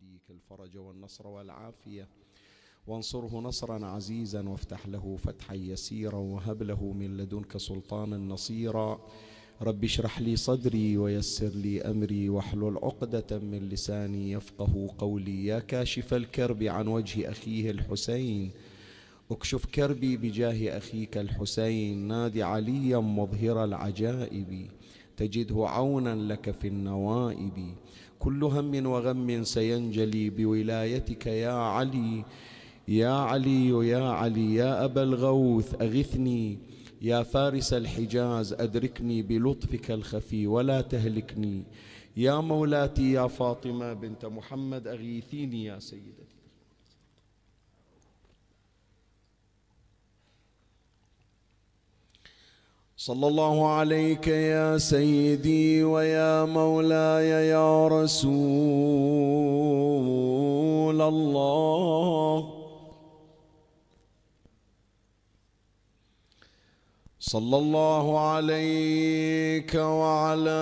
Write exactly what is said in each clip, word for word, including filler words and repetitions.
نبيك الفرج والنصر والعافية، وانصره نصرا عزيزا وافتح له فتحا يسيرا وهب له من لدنك سلطانا نصيرا. رب اشرح لي صدري ويسر لي أمري واحلل عقدة من لساني يفقه قولي. يا كاشف الكرب عن وجه أخيه الحسين اكشف كربي بجاه أخيك الحسين. نادي عليا مظهر العجائب تجده عونا لك في النوائب. كل هم وغم سينجلي بولايتك يا علي يا علي يا علي. يا أبا الغوث أغثني، يا فارس الحجاز أدركني بلطفك الخفي ولا تهلكني. يا مولاتي يا فاطمة بنت محمد أغيثيني يا سيدتي. صلى الله عليك يا سيدي ويا مولاي يا رسول الله. صلى الله عليك وعلى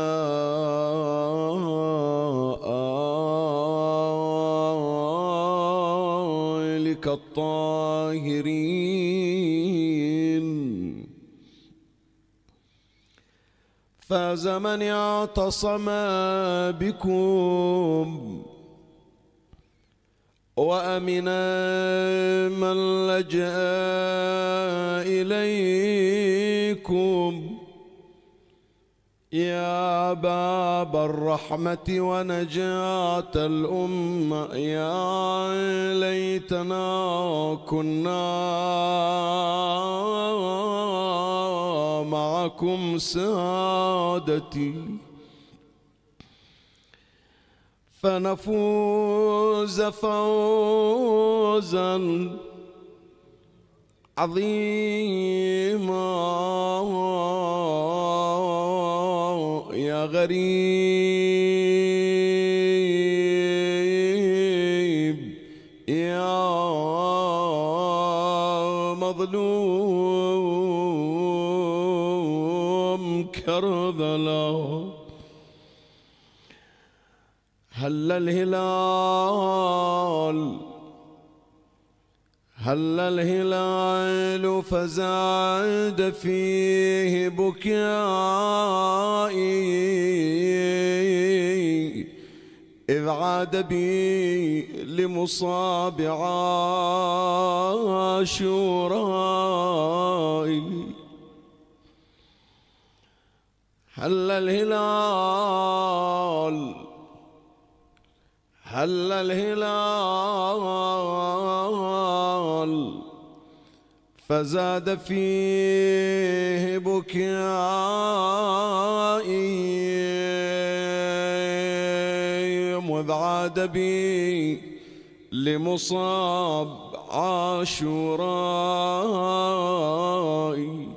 آلك الطاهرين. فاز من اعتصم بكم وأمنا من لجأ إليكم. يا باب الرحمة ونجاة الأمة، يا ليتنا كنا معكم سادتي فنفوز فوزا عظيما. يا غريب يا مظلوم كربلاء، هل الهلال هل الهلال فزاد فيه بكائي إذ عاد بي لمصاب عاشوراء. هل الهلال هل الهلال فزاد فيه بكائي مذ عاد بي لمصاب عاشوراء.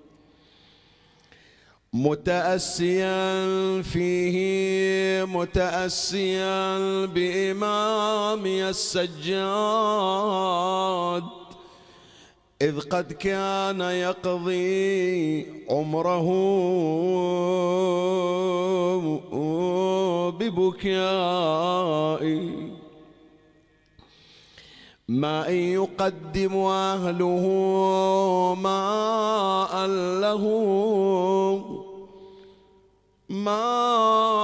متأسيا فيه متأسيا بإمامي السجاد إذ قد كان يقضي عمره ببكائي. ما إن يقدم أهله ماء له ما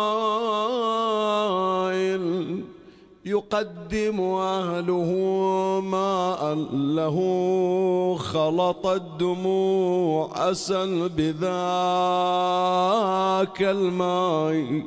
إن يقدم أهله ماء له خلط الدموع أسل بذاك الماء.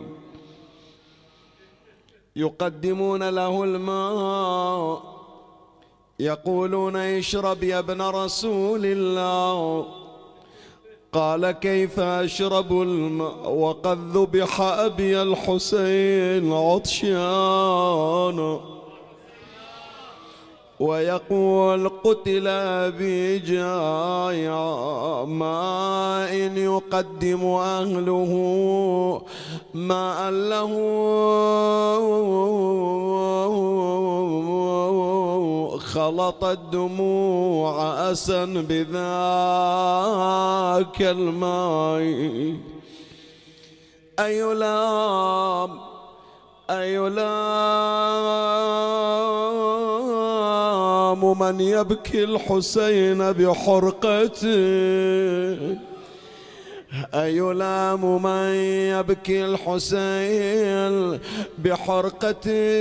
يقدمون له الماء يقولون اشرب يا ابن رسول الله. قال كيف أشرب الماء وقد ذبح أبي الحسين عطشانا. ويقول قتل أبي جائعا. ما إن يقدم أهله ماء له خلط الدموع أسا بذاك الماء. أي لام أي لام من يبكي الحسين بحرقته، أي لام من يبكي الحسين بحرقته،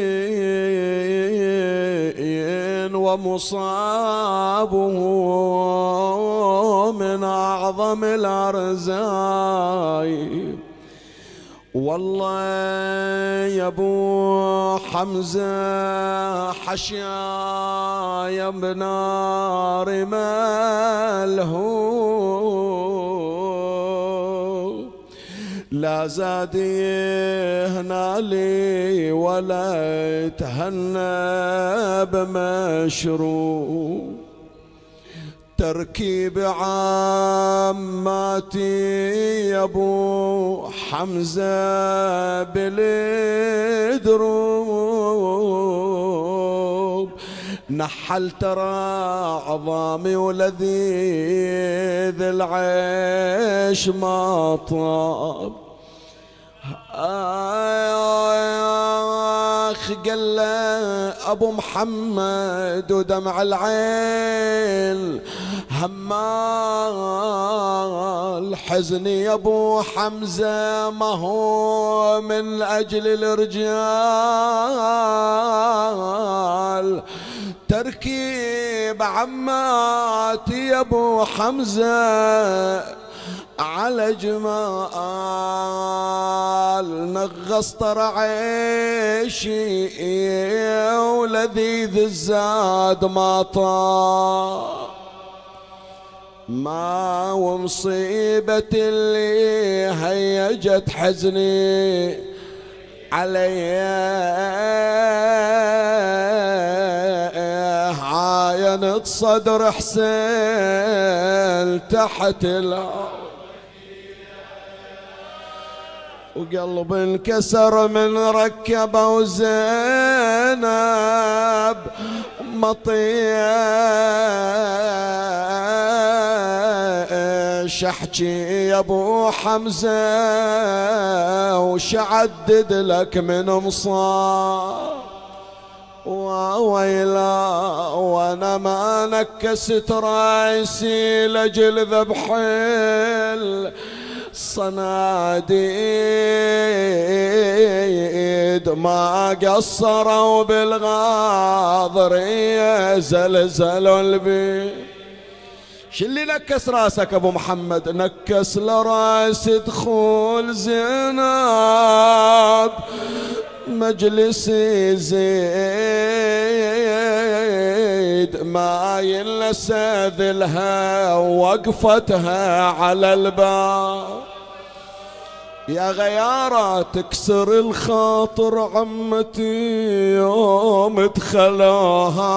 ومصابه من أعظم الأرزاق. والله يا ابو حمزة حشايا بنار ملهو، لا زاد يهنى لي ولا تهنى بمشروع، تركيب عماتي يا ابو حمزة بالدروب، نحل ترى عظامي ولذيذ العيش ما طاب. آخ قال أبو محمد ودمع العين همال حزني يا ابو حمزة، ما هو من أجل الرجال، تركيب عماتي يا ابو حمزة على جمال، نغص طرع عيشي ولذيذ الزاد ما طار، ما ومصيبة اللي هيجت حزني علي، عاينت صدر حسين تحت الأرض، وقلب انكسر من ركبه وزينب مطيش، احكي يا ابو حمزة وش عدد لك من مصاب، وويلا وانا ما نكست راسي لاجل ذبح الصناديد، ما قصروا بالغاضرية زلزلوا البيت. شو اللي نكس راسك ابو محمد؟ نكس لراس دخول زينب مجلس زيد، ما ينسى ذلها ووقفتها على الباب، يا غيارة تكسر الخاطر عمتي يوم ادخلوها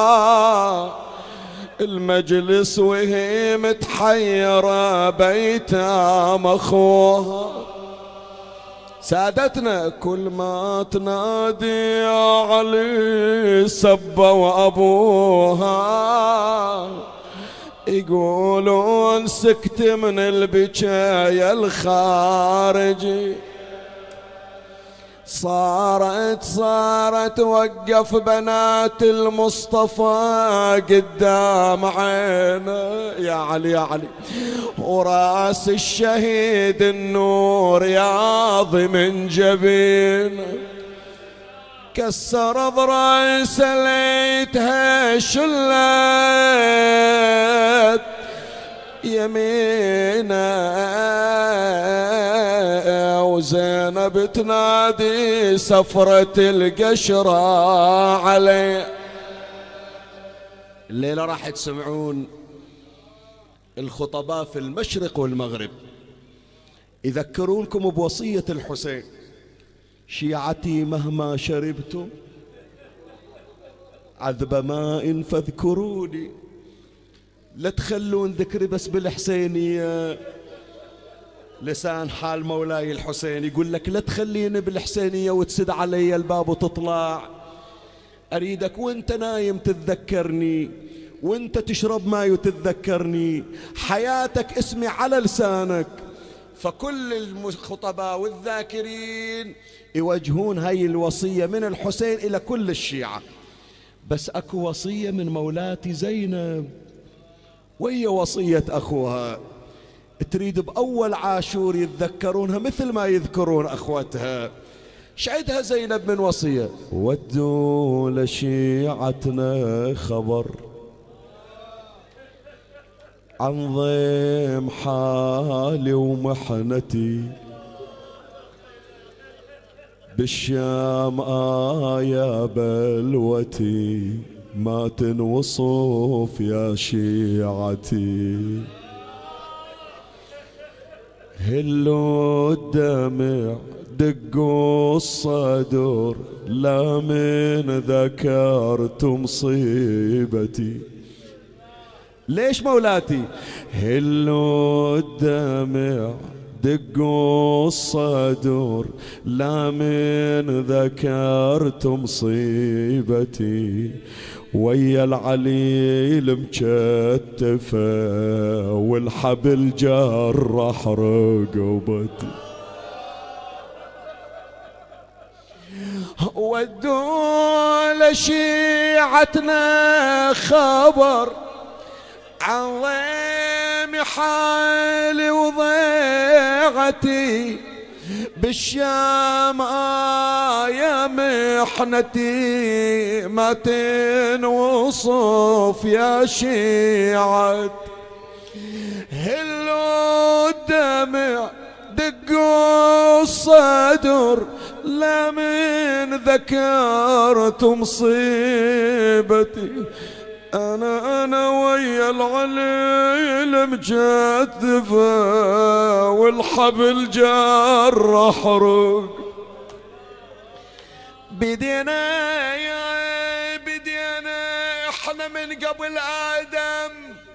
المجلس وهي متحيرة بيتام اخوها. سادتنا كل ما تنادي يا علي سبوا ابوها، يقولون سكت من البكايا الخارجي، صارت صارت وقف بنات المصطفى قدام عينه، يا علي يا علي، وراس الشهيد النور ياضي من جبينه، كسر ضرايس ليتها شلت يمينه، وزينب تنادي سفرة القشرة عليه. الليلة راح تسمعون الخطباء في المشرق والمغرب يذكرونكم بوصية الحسين: شيعتي مهما شربتم عذب ماء فاذكروني. لا تخلون ذكري بس بالحسينية. لسان حال مولاي الحسين يقول لك لا تخليني بالحسينية وتسد علي الباب وتطلع، أريدك وانت نايم تتذكرني، وانت تشرب ماي وتتذكرني، حياتك اسمي على لسانك، فكل الخطباء والذاكرين يوجهون هاي الوصية من الحسين إلى كل الشيعة. بس أكو وصية من مولاتي زينب، وهي وصية أخوها، تريد بأول عاشور يتذكرونها مثل ما يذكرون أخوتها. شعدها زينب من وصية: ودوا لشيعتنا خبر عن ضيم حالي ومحنتي، بالشام آية بلوتي ما تنوصف يا شيعتي، هلوا الدمع دقوا الصدور لا من ذكرت مصيبتي. ليش مولاتي؟ هلوا الدمع دقوا الصدور لا من ذكرت مصيبتي، ويا العليل مكتفة والحبل جرح رقبتي. ودوا لشيعتنا خبر عن ضيم حالي وضيعتي، بالشام آية محنتي ما تنوصف يا شيعة، هلوا الدمع دقوا الصدر لا من ذكرت مصيبتي، أنا أنا ويا العليل مجدفة والحبل جرح رق. بدينا يا بدينا احنا من قبل آدم،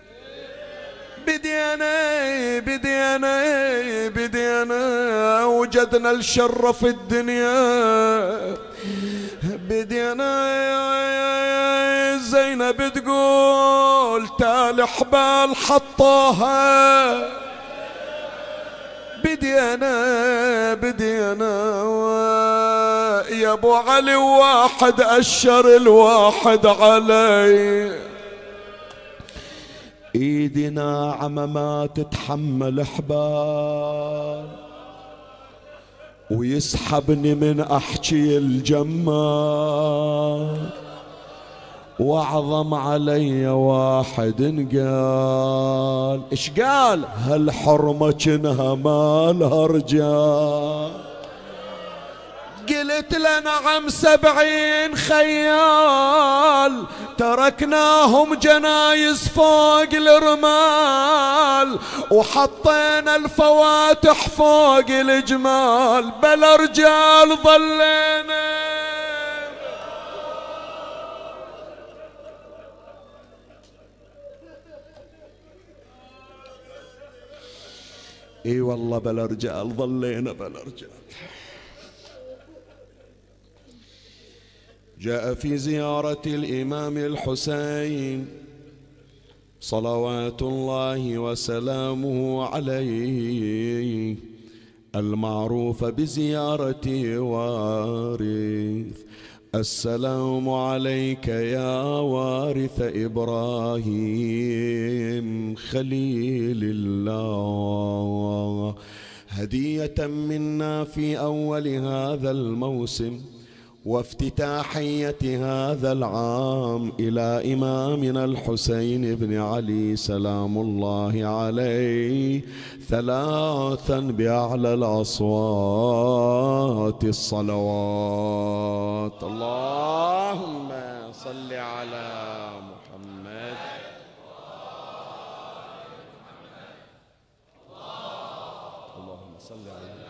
بدينا بدينا بدينا وجدنا الشر في الدنيا، بدينا زينب تقول تالي حبال حطوها، بدينا بدينا يا ابو علي واحد اشر الواحد علي، ايدي ناعمة ما تتحمل حبال ويسحبني من احكي الجمال، واعظم علي واحد قال ايش قال؟ هالحرمة كنها مالها رجال، قلت له نعم سبعين خيال تركناهم جنايز فوق الرمال، وحطينا الفواتح فوق الجمال، بلا رجال ظلينا. اي والله بلا رجال ظلينا، بلا رجال. جاء في زيارة الإمام الحسين صلوات الله وسلامه عليه المعروف بزيارة وارث، السلام عليك يا وارث إبراهيم خليل الله، هدية منا في أول هذا الموسم وافتتاحية هذا العام إلى إمامنا الحسين بن علي سلام الله عليه، ثلاثا بأعلى الأصوات الصلوات. اللهم صل على محمد. اللهم صل على محمد.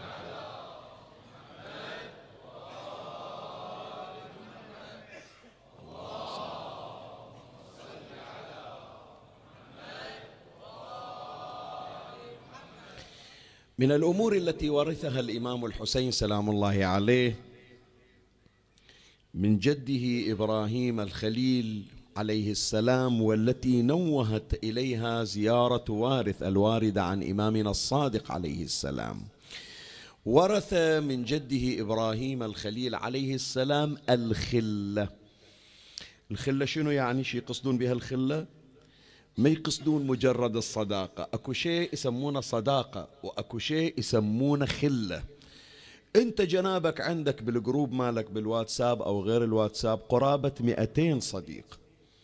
من الأمور التي ورثها الإمام الحسين سلام الله عليه من جده إبراهيم الخليل عليه السلام، والتي نوهت إليها زيارة وارث الواردة عن إمامنا الصادق عليه السلام. ورث من جده إبراهيم الخليل عليه السلام الخلة. الخلة شنو يعني؟ شي يقصدون بها الخلة؟ ما يقصدون مجرد الصداقة، أكو شيء يسمونه صداقة وأكو شيء يسمونه خلة. أنت جنابك عندك بالجروب مالك بالواتساب أو غير الواتساب قرابة مئتين صديق،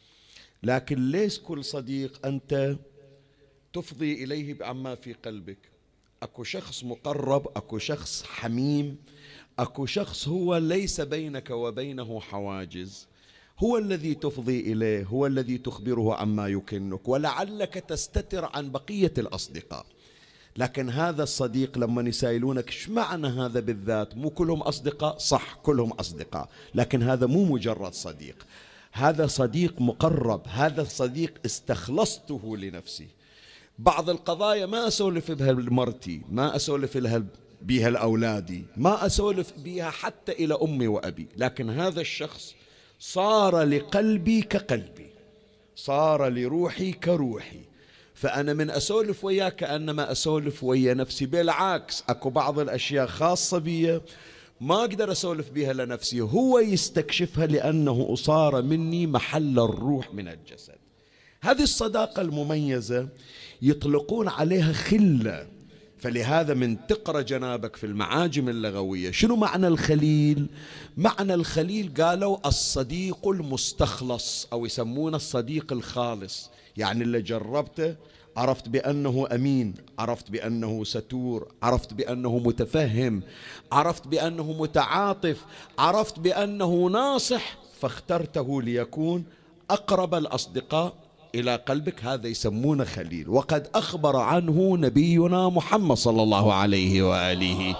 لكن ليس كل صديق أنت تفضي إليه بعما في قلبك. أكو شخص مقرب، أكو شخص حميم، أكو شخص هو ليس بينك وبينه حواجز، هو الذي تفضي إليه، هو الذي تخبره عما يكنك، ولعلك تستتر عن بقية الأصدقاء. لكن هذا الصديق لما يسائلونك ايش معنى هذا بالذات، مو كلهم أصدقاء، صح كلهم أصدقاء، لكن هذا مو مجرد صديق، هذا صديق مقرب، هذا الصديق استخلصته لنفسي. بعض القضايا ما أسولف بها لمرتي، ما أسولف لها بها لأولادي، ما أسولف بها حتى إلى أمي وأبي، لكن هذا الشخص صار لقلبي كقلبي، صار لروحي كروحي، فأنا من أسولف وياه كأنما أسولف ويا نفسي. بالعكس أكو بعض الأشياء خاصة بي ما أقدر أسولف بها لنفسي، هو يستكشفها لأنه صار مني محل الروح من الجسد. هذه الصداقة المميزة يطلقون عليها خلة. فلهذا من تقرأ جنابك في المعاجم اللغوية شنو معنى الخليل؟ معنى الخليل قالوا الصديق المستخلص، أو يسمونه الصديق الخالص، يعني اللي جربته عرفت بأنه أمين، عرفت بأنه ستور، عرفت بأنه متفهم، عرفت بأنه متعاطف، عرفت بأنه ناصح، فاخترته ليكون أقرب الأصدقاء إلى قلبك. هذا يسمونه خليل، وقد أخبر عنه نبينا محمد صلى الله عليه وآله.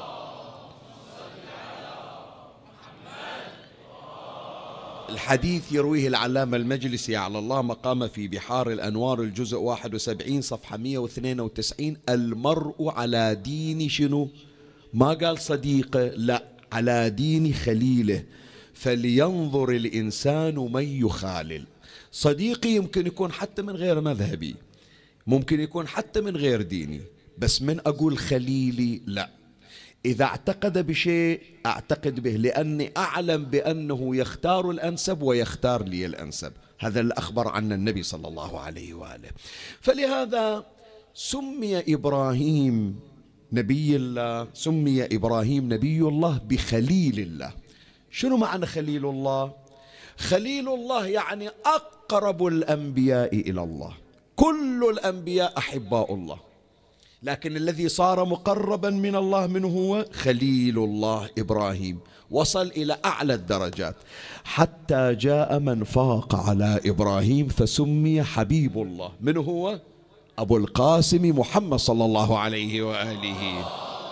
الحديث يرويه العلامة المجلسي على الله مقام في بحار الأنوار الجزء واحد وسبعين صفحة مئة واثنين وتسعين: المرء على دين شنو؟ ما قال صديقه، لا، على دين خليله، فلينظر الإنسان من يخالل. صديقي يمكن يكون حتى من غير مذهبي، ممكن يكون حتى من غير ديني، بس من أقول خليلي لا، إذا اعتقد بشيء أعتقد به، لأني أعلم بأنه يختار الأنسب ويختار لي الأنسب. هذا اللي أخبر عنه النبي صلى الله عليه وآله. فلهذا سمي إبراهيم نبي الله، سمي إبراهيم نبي الله بخليل الله. شنو معنى خليل الله؟ خليل الله يعني أقرب الأنبياء إلى الله. كل الأنبياء أحباء الله، لكن الذي صار مقربا من الله منه هو خليل الله إبراهيم، وصل إلى أعلى الدرجات حتى جاء من فاق على إبراهيم فسمي حبيب الله. من هو؟ أبو القاسم محمد صلى الله عليه وآله.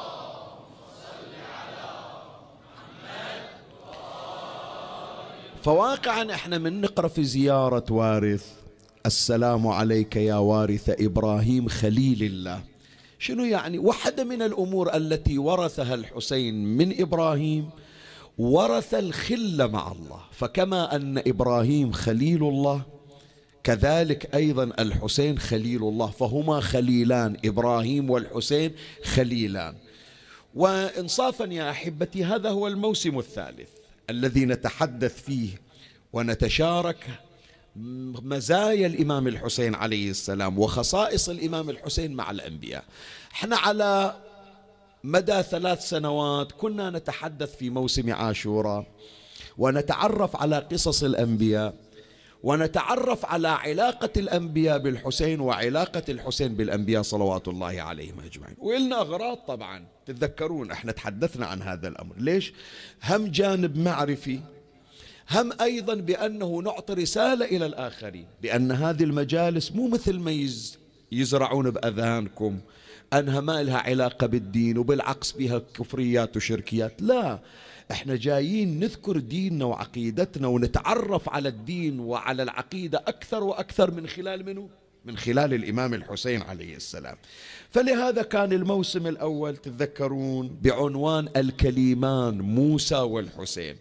فواقعا احنا من نقرأ في زيارة وارث: السلام عليك يا وارث إبراهيم خليل الله. شنو يعني؟ واحدة من الأمور التي ورثها الحسين من إبراهيم ورث الخلة مع الله. فكما أن إبراهيم خليل الله كذلك أيضا الحسين خليل الله، فهما خليلان، إبراهيم والحسين خليلان. وإنصافا يا أحبتي هذا هو الموسم الثالث الذي نتحدث فيه ونتشارك مزايا الإمام الحسين عليه السلام وخصائص الإمام الحسين مع الأنبياء. احنا على مدى ثلاث سنوات كنا نتحدث في موسم عاشوراء ونتعرف على قصص الأنبياء، ونتعرف على علاقة الأنبياء بالحسين وعلاقة الحسين بالأنبياء صلوات الله عليهم أجمعين. وإلنا أغراض طبعا، تتذكرون احنا تحدثنا عن هذا الأمر. ليش؟ هم جانب معرفي، هم أيضا بأنه نعطي رسالة إلى الآخرين بأن هذه المجالس مو مثل ما يزرعون بأذهانكم أنها ما لها علاقة بالدين وبالعكس بها كفريات وشركيات. لا، احنا جايين نذكر ديننا وعقيدتنا ونتعرف على الدين وعلى العقيدة أكثر وأكثر من خلال منه؟ من خلال الإمام الحسين عليه السلام. فلهذا كان الموسم الأول تتذكرون بعنوان الكليمان موسى والحسين.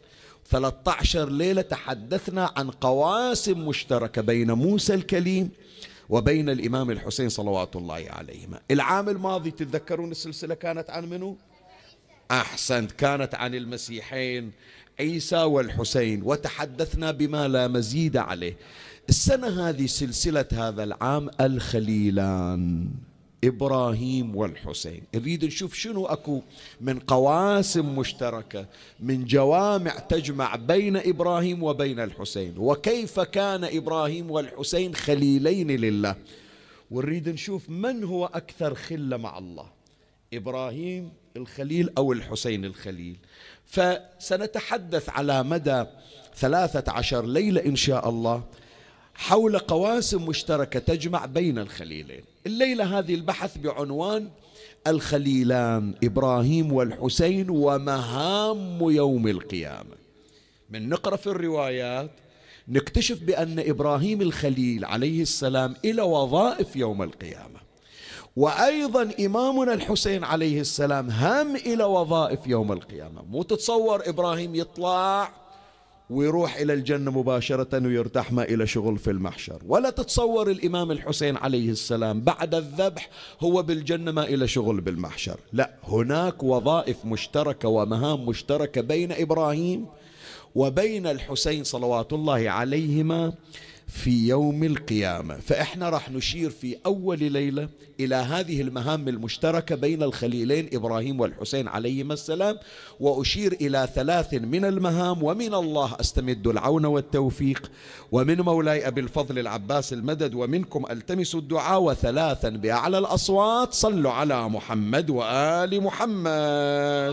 ثلاثة عشر ليلة تحدثنا عن قواسم مشتركة بين موسى الكليم وبين الإمام الحسين صلوات الله عليهما. العام الماضي تتذكرون السلسلة كانت عن منو؟ أحسنت، كانت عن المسيحين عيسى والحسين، وتحدثنا بما لا مزيد عليه. السنة هذه سلسلة هذا العام الخليلان إبراهيم والحسين. نريد نشوف شنو أكو من قواسم مشتركة، من جوامع تجمع بين إبراهيم وبين الحسين، وكيف كان إبراهيم والحسين خليلين لله. ونريد نشوف من هو أكثر خلة مع الله، إبراهيم الخليل أو الحسين الخليل. فسنتحدث على مدى ثلاثة عشر ليلة إن شاء الله حول قواسم مشتركة تجمع بين الخليلين. الليلة هذه البحث بعنوان الخليلان إبراهيم والحسين ومهام يوم القيامة. من نقرأ في الروايات نكتشف بأن إبراهيم الخليل عليه السلام إلى وظائف يوم القيامة، وأيضا إمامنا الحسين عليه السلام هم إلى وظائف يوم القيامة. مو تتصور إبراهيم يطلع ويروح إلى الجنة مباشرة ويرتاح ما إلى شغل في المحشر، ولا تتصور الإمام الحسين عليه السلام بعد الذبح هو بالجنة ما إلى شغل بالمحشر. لا، هناك وظائف مشتركة ومهام مشتركة بين إبراهيم وبين الحسين صلوات الله عليهما في يوم القيامة. فإحنا راح نشير في أول ليلة إلى هذه المهام المشتركة بين الخليلين إبراهيم والحسين عليهما السلام، وأشير إلى ثلاث من المهام، ومن الله أستمد العون والتوفيق، ومن مولاي أبي الفضل العباس المدد، ومنكم ألتمس الدعاء، وثلاثا بأعلى الأصوات صلوا على محمد وآل محمد.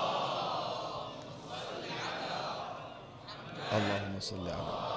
اللهم صل على محمد.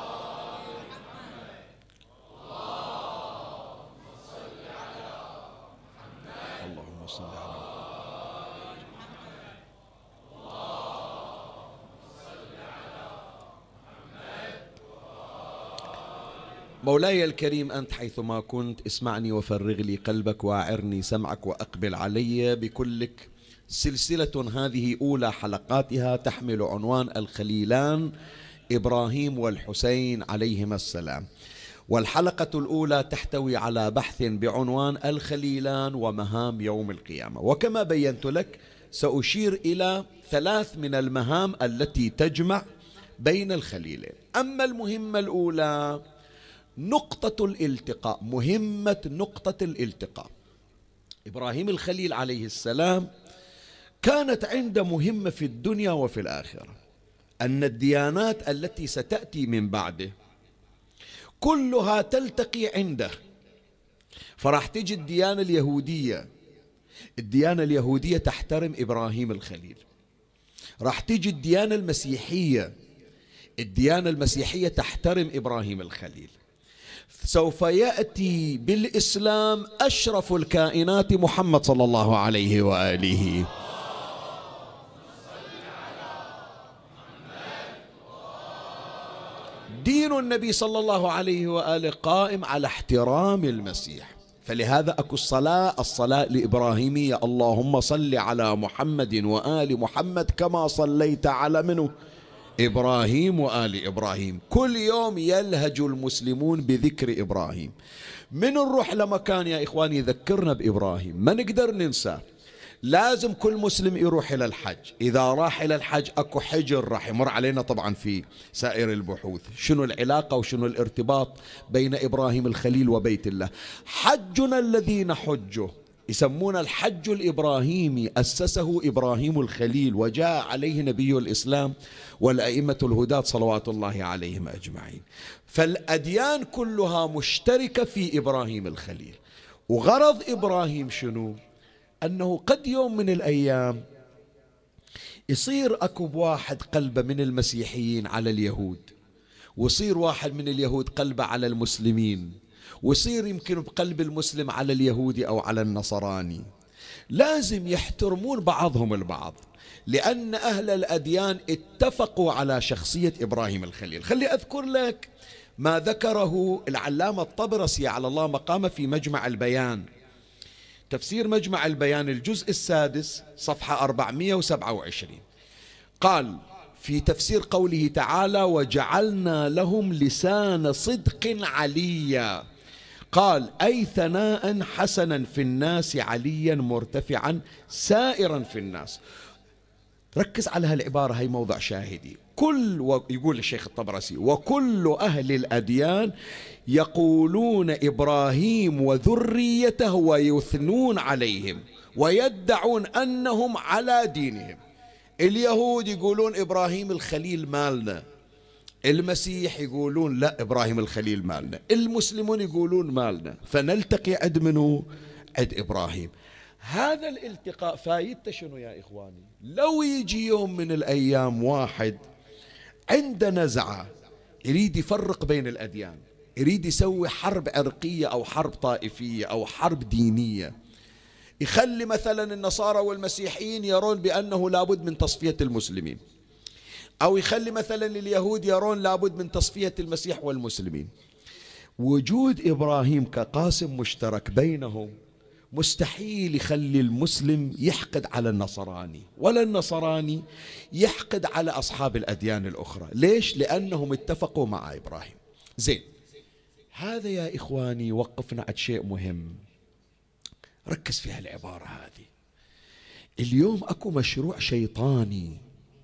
مولاي الكريم، أنت حيثما كنت اسمعني وفرغ لي قلبك واعرني سمعك وأقبل علي بكلك. سلسلة هذه أولى حلقاتها تحمل عنوان الخليلان إبراهيم والحسين عليهما السلام، والحلقة الأولى تحتوي على بحث بعنوان الخليلان ومهام يوم القيامة. وكما بينت لك سأشير إلى ثلاث من المهام التي تجمع بين الخليلين. أما المهمة الأولى نقطة الالتقاء، مهمة نقطة الالتقاء. إبراهيم الخليل عليه السلام كانت عنده مهمة في الدنيا وفي الآخرة، أن الديانات التي ستأتي من بعده كلها تلتقي عنده. فراح تجي الديانة اليهودية، الديانة اليهودية تحترم إبراهيم الخليل. راح تجي الديانة المسيحية، الديانة المسيحية تحترم إبراهيم الخليل. سوف يأتي بالإسلام أشرف الكائنات محمد صلى الله عليه وآله. دين النبي صلى الله عليه وآله قائم على احترام المسيح. فلهذا أكو الصلاة الصلاة الإبراهيمية، اللهم صل على محمد وآل محمد كما صليت على منه إبراهيم وآل إبراهيم. كل يوم يلهج المسلمون بذكر إبراهيم. من نروح لمكان يا إخواني يذكرنا بإبراهيم ما نقدر ننساه. لازم كل مسلم يروح إلى الحج. إذا راح إلى الحج أكو حجر راح يمر علينا طبعا في سائر البحوث، شنو العلاقة وشنو الارتباط بين إبراهيم الخليل وبيت الله. حجنا الذي نحجه يسمونه الحج الإبراهيمي، أسسه إبراهيم الخليل وجاء عليه نبي الإسلام والأئمة الهداة صلوات الله عليهم أجمعين. فالأديان كلها مشتركة في إبراهيم الخليل. وغرض إبراهيم شنو؟ أنه قد يوم من الأيام يصير أكو واحد قلبه من المسيحيين على اليهود، ويصير واحد من اليهود قلبه على المسلمين، ويصير يمكن بقلب المسلم على اليهودي أو على النصراني. لازم يحترمون بعضهم البعض، لأن أهل الأديان اتفقوا على شخصية إبراهيم الخليل. خلي أذكر لك ما ذكره العلامة الطبرسي على الله مقامه في مجمع البيان، تفسير مجمع البيان الجزء السادس صفحة أربعمئة وسبعة وعشرين. قال: في تفسير قوله تعالى وجعلنا لهم لسان صدق عليا، قال أي ثناء حسنا في الناس عليا مرتفعا سائرا في الناس. ركز على هالعبارة، هي موضع شاهدي. كل و... يقول الشيخ الطبرسي وكل أهل الأديان يقولون إبراهيم وذريته ويثنون عليهم ويدعون أنهم على دينهم. اليهود يقولون إبراهيم الخليل مالنا، المسيح يقولون لا إبراهيم الخليل مالنا، المسلمون يقولون مالنا، فنلتقي عند منو؟ عند إبراهيم. هذا الالتقاء فايدته شنو يا إخواني؟ لو يجي يوم من الأيام واحد عنده نزعة يريد يفرق بين الأديان، يريد يسوي حرب عرقية أو حرب طائفية أو حرب دينية، يخلي مثلا النصارى والمسيحيين يرون بأنه لابد من تصفية المسلمين، أو يخلي مثلا اليهود يرون لابد من تصفية المسيح والمسلمين، وجود إبراهيم كقاسم مشترك بينهم مستحيل يخلي المسلم يحقد على النصراني ولا النصراني يحقد على أصحاب الأديان الأخرى. ليش؟ لأنهم اتفقوا مع إبراهيم. زين، هذا يا إخواني وقفنا عند شيء مهم، ركز في هالعبارة هذه. اليوم أكو مشروع شيطاني.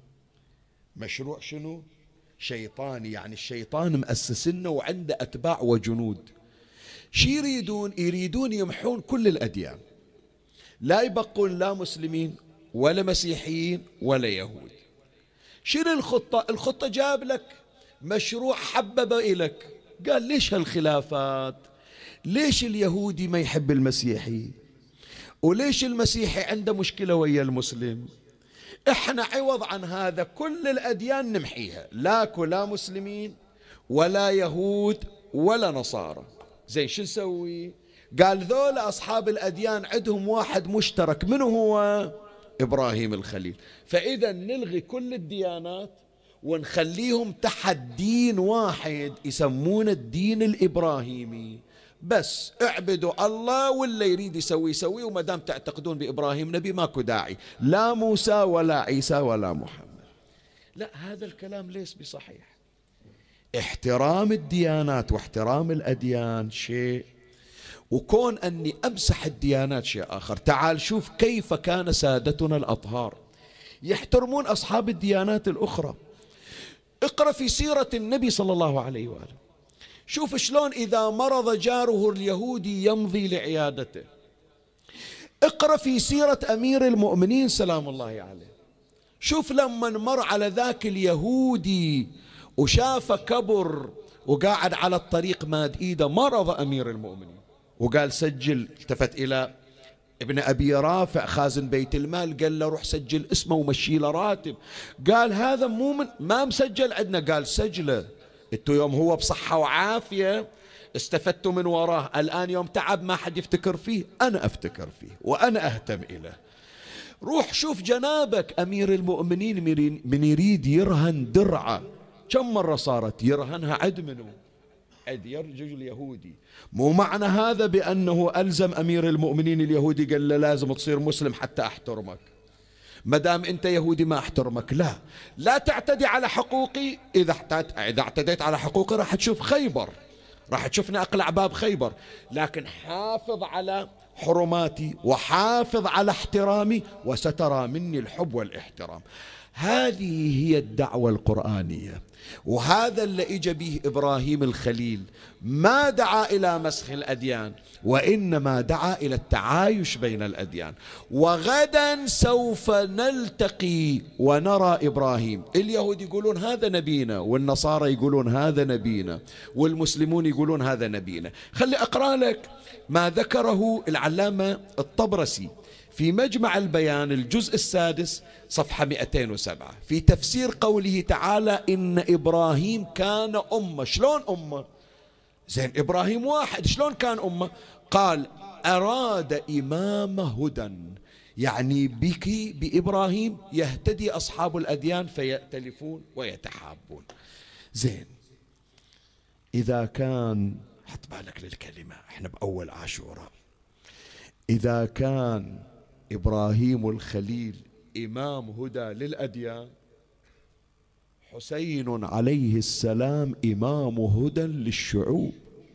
مشروع شنو؟ شيطاني، يعني الشيطان مؤسسنا وعنده أتباع وجنود. شي يريدون؟ يريدون يمحون كل الأديان، لا يبقون لا مسلمين ولا مسيحيين ولا يهود. شنو الخطة؟ الخطة جاب لك مشروع حبب إليك، قال ليش هالخلافات؟ ليش اليهودي ما يحب المسيحي؟ وليش المسيحي عنده مشكلة ويا المسلم؟ احنا عوض عن هذا كل الأديان نمحيها، لاكو لا مسلمين ولا يهود ولا نصارى. زين شو نسوي؟ قال ذول أصحاب الأديان عندهم واحد مشترك، منه هو؟ إبراهيم الخليل. فإذا نلغي كل الديانات ونخليهم تحت دين واحد يسمونه الدين الإبراهيمي، بس اعبدوا الله واللي يريد يسوي يسوي، وما دام تعتقدون بإبراهيم نبي ماكو داعي لا موسى ولا عيسى ولا محمد. لا، هذا الكلام ليس بصحيح. احترام الديانات واحترام الأديان شيء، وكون أني أمسح الديانات شيء آخر. تعال شوف كيف كان سادتنا الأطهار يحترمون أصحاب الديانات الأخرى. اقرأ في سيرة النبي صلى الله عليه وآله، شوف شلون إذا مرض جاره اليهودي يمضي لعيادته. اقرأ في سيرة أمير المؤمنين سلام الله عليه، شوف لما مر على ذاك اليهودي وشاف كبر وقاعد على الطريق ماد إيده، مرض أمير المؤمنين وقال سجل. التفت إلى ابن أبي رافع خازن بيت المال، قال له روح سجل اسمه ومشي له راتب. قال هذا مو من ما مسجل عندنا. قال سجله، انتو يوم هو بصحة وعافية استفدتوا من وراه، الآن يوم تعب ما حد يفتكر فيه، أنا أفتكر فيه وأنا أهتم إليه. روح شوف جنابك أمير المؤمنين من يريد يرهن درعه كم مرة صارت يرهنها عد منه؟ عد يرجل اليهودي. مو معنى هذا بأنه ألزم أمير المؤمنين اليهودي قال له لازم تصير مسلم حتى أحترمك، ما دام أنت يهودي ما أحترمك. لا، لا تعتدي على حقوقي. إذا إذا اعتديت على حقوقي راح تشوف خيبر، راح تشوفني أقلع باب خيبر، لكن حافظ على حرماتي وحافظ على احترامي وسترى مني الحب والاحترام. هذه هي الدعوة القرآنية، وهذا اللي إجا به إبراهيم الخليل. ما دعا إلى مسخ الأديان، وإنما دعا إلى التعايش بين الأديان. وغدا سوف نلتقي ونرى إبراهيم. اليهود يقولون هذا نبينا، والنصارى يقولون هذا نبينا، والمسلمون يقولون هذا نبينا. خلي أقرأ لك ما ذكره العلامة الطبرسي في مجمع البيان الجزء السادس صفحة مئتين وسبعة في تفسير قوله تعالى إن إبراهيم كان أمة. شلون أمة؟ زين إبراهيم واحد، شلون كان أمة؟ قال أراد إمام هدى، يعني بك بإبراهيم يهتدي أصحاب الأديان فيأتلفون ويتحابون. زين إذا كان، حط بالك للكلمة، احنا بأول عاشوراء، إذا كان إبراهيم الخليل إمام هدى للأديان، حسين عليه السلام إمام هدى للشعوب.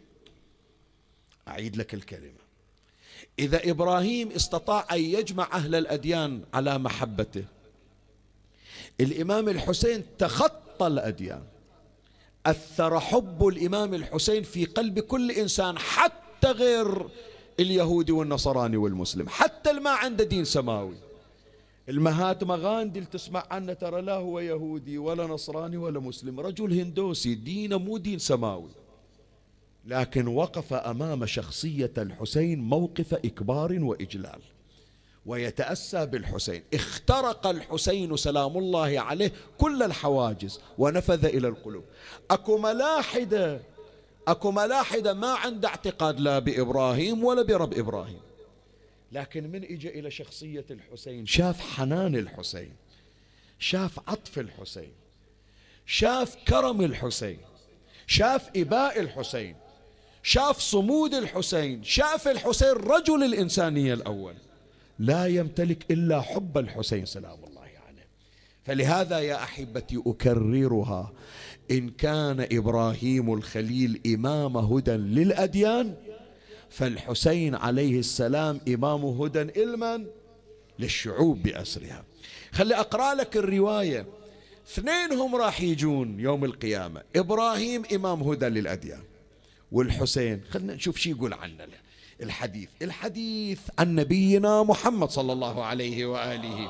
أعيد لك الكلمة. إذا إبراهيم استطاع أن يجمع أهل الأديان على محبته، الإمام الحسين تخطى الأديان، أثر حب الإمام الحسين في قلب كل إنسان، حتى غير اليهودي والنصراني والمسلم، حتى اللي ما عنده دين سماوي. المهاتما غاندي اللي تسمع عنه ترى لا هو يهودي ولا نصراني ولا مسلم، رجل هندوسي، دينه مو دين سماوي، لكن وقف أمام شخصية الحسين موقف إكبار وإجلال، ويتأسى بالحسين. اخترق الحسين سلام الله عليه كل الحواجز ونفذ إلى القلوب. أكو ملاحدة أكو ملاحدة ما عنده اعتقاد لا بإبراهيم ولا برب إبراهيم، لكن من إجا إلى شخصية الحسين شاف حنان الحسين، شاف عطف الحسين، شاف كرم الحسين، شاف إباء الحسين، شاف صمود الحسين، شاف الحسين رجل الإنسانية الأول، لا يمتلك إلا حب الحسين سلام الله عليه. فلهذا يا أحبتي أكررها، إن كان إبراهيم الخليل إمام هدى للأديان، فالحسين عليه السلام إمام هدى إلما للشعوب بأسرها. خلي أقرأ لك الرواية، اثنين هم راح يجون يوم القيامة، إبراهيم إمام هدى للأديان والحسين. خلنا نشوف شي يقول عنه الحديث. الحديث عن نبينا محمد صلى الله عليه وآله.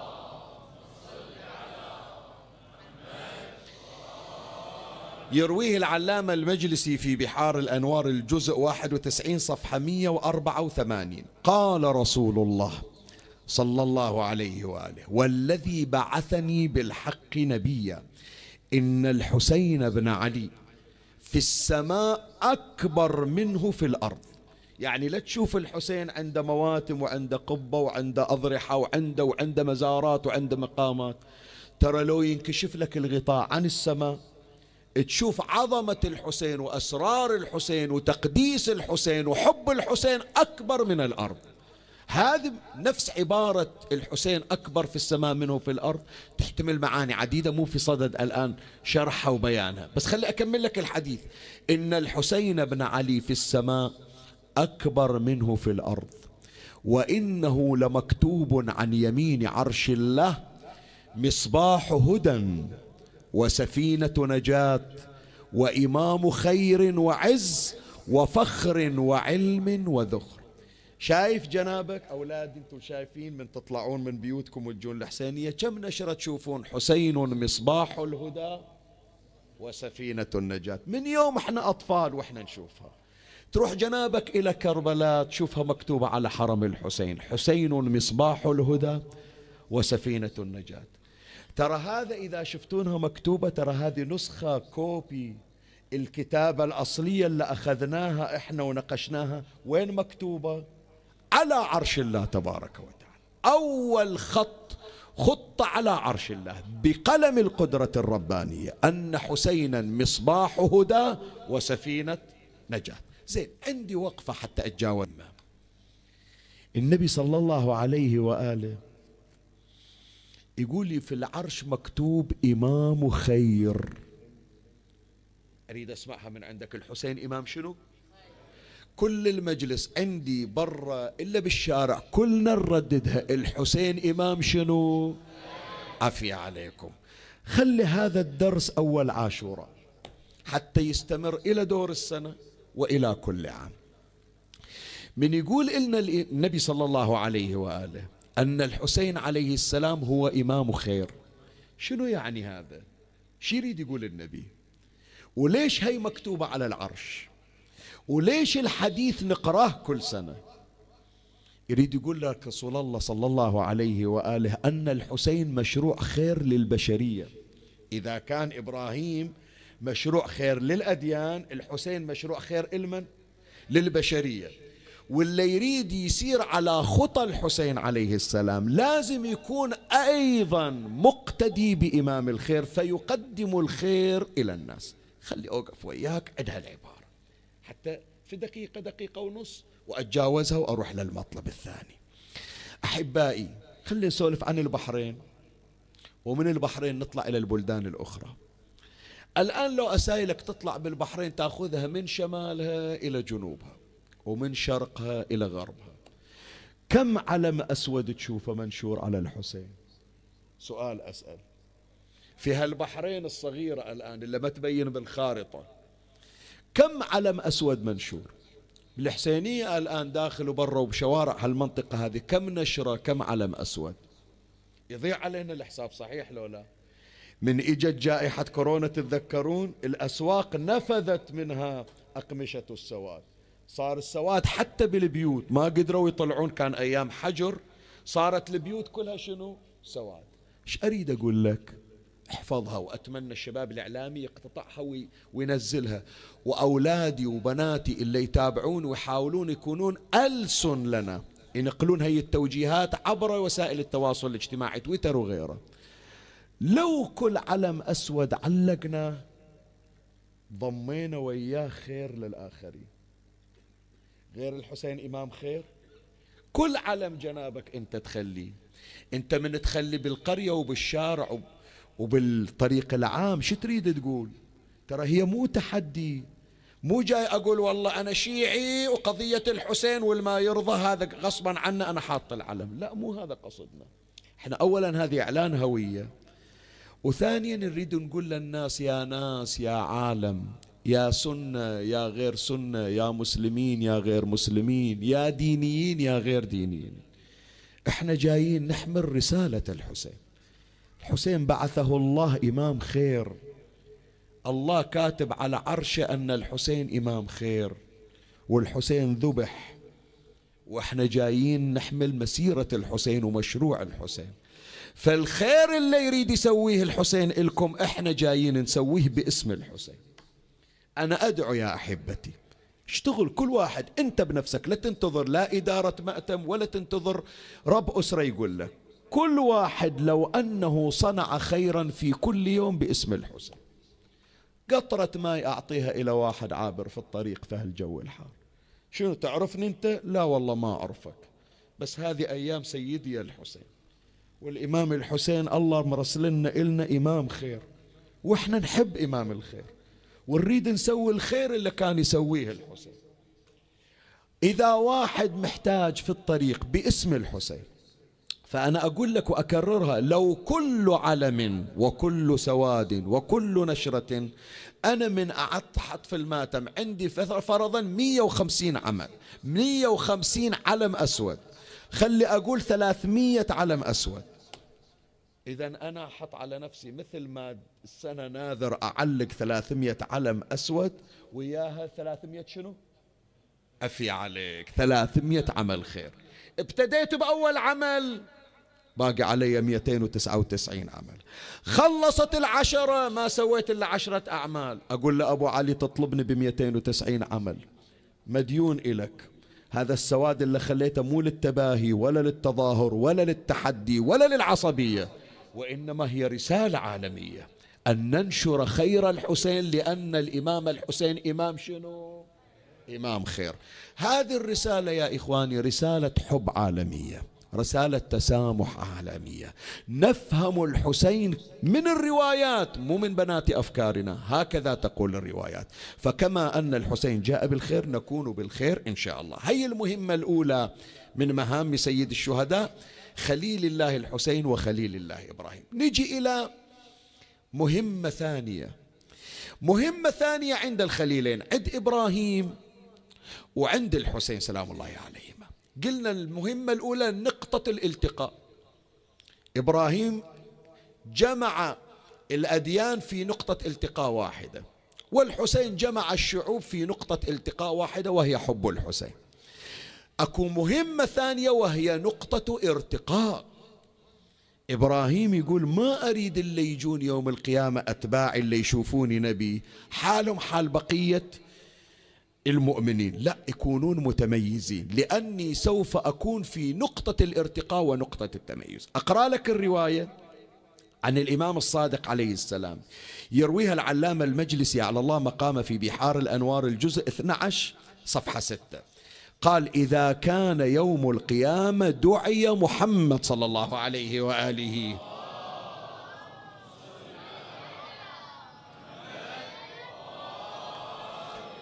يرويه العلامة المجلسي في بحار الأنوار الجزء واحد وتسعين صفحة مئة وأربعة وثمانين. قال رسول الله صلى الله عليه وآله: والذي بعثني بالحق نبيا إن الحسين بن علي في السماء أكبر منه في الأرض. يعني لا تشوف الحسين عنده مواتم وعنده قبة وعنده أضرحة وعنده وعنده مزارات وعنده مقامات، ترى لو ينكشف لك الغطاء عن السماء تشوف عظمة الحسين وأسرار الحسين وتقديس الحسين وحب الحسين أكبر من الأرض. هذه نفس عبارة الحسين أكبر في السماء منه في الأرض تحتمل معاني عديدة مو في صدد الآن شرحها وبيانها، بس خلي أكمل لك الحديث. إن الحسين بن علي في السماء أكبر منه في الأرض، وإنه لمكتوب عن يمين عرش الله مصباح هدى وسفينة نجاة وإمام خير وعز وفخر وعلم وذخر. شايف جنابك أولاد، أنتم شايفين من تطلعون من بيوتكم وتجون الحسينية كم نشرة تشوفون حسين مصباح الهدى وسفينة النجاة، من يوم احنا أطفال واحنا نشوفها. تروح جنابك إلى كربلاء تشوفها مكتوبة على حرم الحسين حسين مصباح الهدى وسفينة النجاة. ترى هذا إذا شفتونها مكتوبة ترى هذه نسخة كوبي، الكتابة الأصلية اللي أخذناها إحنا ونقشناها وين مكتوبة؟ على عرش الله تبارك وتعالى. أول خط خط على عرش الله بقلم القدرة الربانية أن حسينا مصباح هدى وسفينة نجاة. زين، عندي وقفة حتى أتجاوز. النبي صلى الله عليه وآله يقول لي في العرش مكتوب إمام خير. أريد أسمعها من عندك، الحسين إمام شنو؟ كل المجلس عندي برا إلا بالشارع كلنا نرددها، الحسين إمام شنو؟ عافية عليكم. خلي هذا الدرس أول عاشوراء حتى يستمر إلى دور السنة وإلى كل عام. من يقول إلنا النبي صلى الله عليه وآله أن الحسين عليه السلام هو إمام خير، شنو يعني هذا؟ شو يريد يقول النبي؟ وليش هي مكتوبة على العرش؟ وليش الحديث نقراه كل سنة؟ يريد يقول لك رسول الله صلى الله عليه وآله أن الحسين مشروع خير للبشرية. إذا كان إبراهيم مشروع خير للأديان، الحسين مشروع خير إلمن للبشرية. واللي يريد يسير على خطى الحسين عليه السلام لازم يكون أيضا مقتدي بإمام الخير فيقدم الخير إلى الناس. خلي أوقف وياك عند هالعبارة حتى في دقيقة دقيقة ونص وأتجاوزها وأروح للمطلب الثاني. أحبائي، خلي نسولف عن البحرين ومن البحرين نطلع إلى البلدان الأخرى. الآن لو أسايلك تطلع بالبحرين تأخذها من شمالها إلى جنوبها ومن شرقها إلى غربها، كم علم أسود تشوفه منشور على الحسين؟ سؤال أسأل. في هالبحرين الصغيرة الآن اللي ما تبين بالخارطة كم علم أسود منشور؟ الحسينية الآن داخل وبرا وبشوارع هالمنطقة هذه كم نشرة، كم علم أسود؟ يضيع علينا الحساب، صحيح لو لا؟ من إجت جائحة كورونا تتذكرون الأسواق نفذت منها أقمشة السواد، صار السواد حتى بالبيوت ما قدروا يطلعون، كان أيام حجر، صارت البيوت كلها شنو؟ سواد. ايش أريد أقول لك؟ احفظها، وأتمنى الشباب الإعلامي يقتطعها وينزلها، وأولادي وبناتي اللي يتابعون ويحاولون يكونون ألسن لنا ينقلون هي التوجيهات عبر وسائل التواصل الاجتماعي تويتر وغيره. لو كل علم أسود علقنا ضمينا وياه خير للآخرين، غير الحسين إمام خير. كل علم جنابك أنت تخليه، أنت من تخلي بالقرية وبالشارع وبالطريق العام، شو تريد تقول؟ ترى هي مو تحدي، مو جاي أقول والله أنا شيعي وقضية الحسين والما يرضى هذا غصبا عنا أنا حاط العلم، لا مو هذا قصدنا. احنا أولا هذه إعلان هوية، وثانيا نريد نقول للناس يا ناس يا عالم، يا سنة يا غير سنة، يا مسلمين يا غير مسلمين، يا دينيين يا غير دينيين، احنا جايين نحمل رسالة الحسين. الحسين بعثه الله إمام خير، الله كاتب على عرشه أن الحسين إمام خير، والحسين ذبح، وإحنا جايين نحمل مسيرة الحسين ومشروع الحسين. فالخير اللي يريد يسويه الحسين لكم إحنا جايين نسويه باسم الحسين. أنا أدعو يا أحبتي اشتغل كل واحد أنت بنفسك، لا تنتظر لا إدارة مأتم ولا تنتظر رب أسرة يقول لك، كل واحد لو أنه صنع خيرا في كل يوم باسم الحسين. قطرة ماء أعطيها إلى واحد عابر في الطريق في هالجو الحار، شنو تعرفني أنت؟ لا والله ما أعرفك، بس هذه أيام سيدي الحسين، والإمام الحسين الله مرسلنا إلنا إمام خير، وإحنا نحب إمام الخير ونريد نسوي الخير اللي كان يسويه الحسين. إذا واحد محتاج في الطريق باسم الحسين، فأنا أقول لك وأكررها، لو كل علم وكل سواد وكل نشرة، أنا من قعدت حط في الماتم عندي فرضا مية وخمسين عمل، مية وخمسين علم أسود، خلي أقول ثلاثمية علم أسود. إذا أنا أحط على نفسي مثل ما السنة ناذر أعلق ثلاثمية علم أسود وياها ثلاثمية شنو؟ أفي عليك ثلاثمية عمل خير. ابتديت بأول عمل باقي علي مئتين وتسعة وتسعين عمل، خلصت العشرة ما سويت إلا عشرة أعمال، أقول لأبو علي تطلبني بمئتين وتسعين عمل، مديون إلك. هذا السواد اللي خليته مو للتباهي ولا للتظاهر ولا للتحدي ولا للعصبية، وإنما هي رسالة عالمية أن ننشر خير الحسين، لأن الإمام الحسين إمام شنو؟ إمام خير. هذه الرسالة يا إخواني رسالة حب عالمية، رسالة تسامح عالمية، نفهم الحسين من الروايات مو من بنات أفكارنا، هكذا تقول الروايات. فكما أن الحسين جاء بالخير نكون بالخير إن شاء الله. هي المهمة الأولى من مهام سيد الشهداء خليل الله الحسين وخليل الله إبراهيم. نجي إلى مهمة ثانية، مهمة ثانية عند الخليلين، عند إبراهيم وعند الحسين سلام الله عليهما. قلنا المهمة الأولى نقطة الالتقاء، إبراهيم جمع الأديان في نقطة التقاء واحدة، والحسين جمع الشعوب في نقطة التقاء واحدة وهي حب الحسين. أكو مهمة ثانية وهي نقطة ارتقاء. إبراهيم يقول ما أريد اللي يجون يوم القيامة أتباعي اللي يشوفوني نبي حالهم حال بقية المؤمنين، لا يكونون متميزين، لأني سوف أكون في نقطة الارتقاء ونقطة التميز. أقرأ لك الرواية عن الإمام الصادق عليه السلام، يرويها العلامة المجلسي على الله مقام في بحار الأنوار الجزء اثني عشر صفحة ستة، قال إذا كان يوم القيامة دعي محمد صلى الله عليه وآله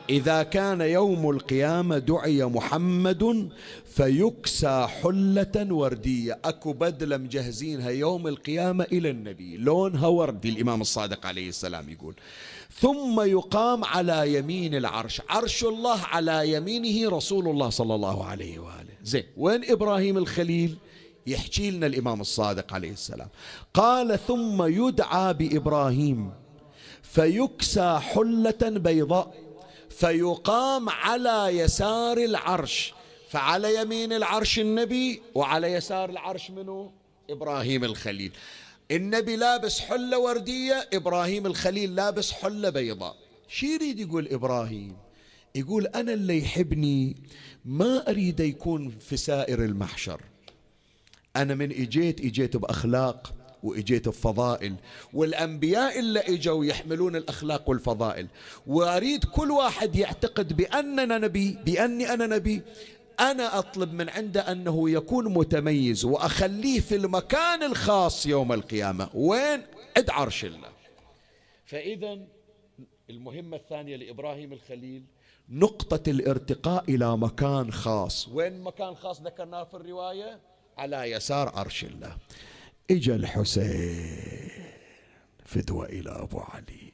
إذا كان يوم القيامة دعي محمد فيكسى حلة وردية. أكو بدلة مجهزينها يوم القيامة إلى النبي لونها وردي. الإمام الصادق عليه السلام يقول ثم يقام على يمين العرش، عرش الله على يمينه رسول الله صلى الله عليه وآله. زين، وين إبراهيم الخليل؟ يحكي لنا الإمام الصادق عليه السلام قال ثم يدعى بإبراهيم فيكسى حلة بيضاء فيقام على يسار العرش، فعلى يمين العرش النبي وعلى يسار العرش منه؟ إبراهيم الخليل. النبي لابس حلة وردية، إبراهيم الخليل لابس حلة بيضاء. شو يريد يقول إبراهيم؟ يقول أنا اللي يحبني ما أريد يكون في سائر المحشر، أنا من إجيت إجيت بأخلاق وإجيت بفضائل، والأنبياء اللي إجوا يحملون الأخلاق والفضائل، وأريد كل واحد يعتقد بأننا نبي، بأني أنا نبي. أنا أطلب من عنده أنه يكون متميز وأخليه في المكان الخاص يوم القيامة. وين؟ عند عرش الله. فإذا المهمة الثانية لإبراهيم الخليل نقطة الارتقاء إلى مكان خاص. وين مكان خاص ذكرناه في الرواية؟ على يسار عرش الله. إجا الحسين فدوى إلى أبو علي،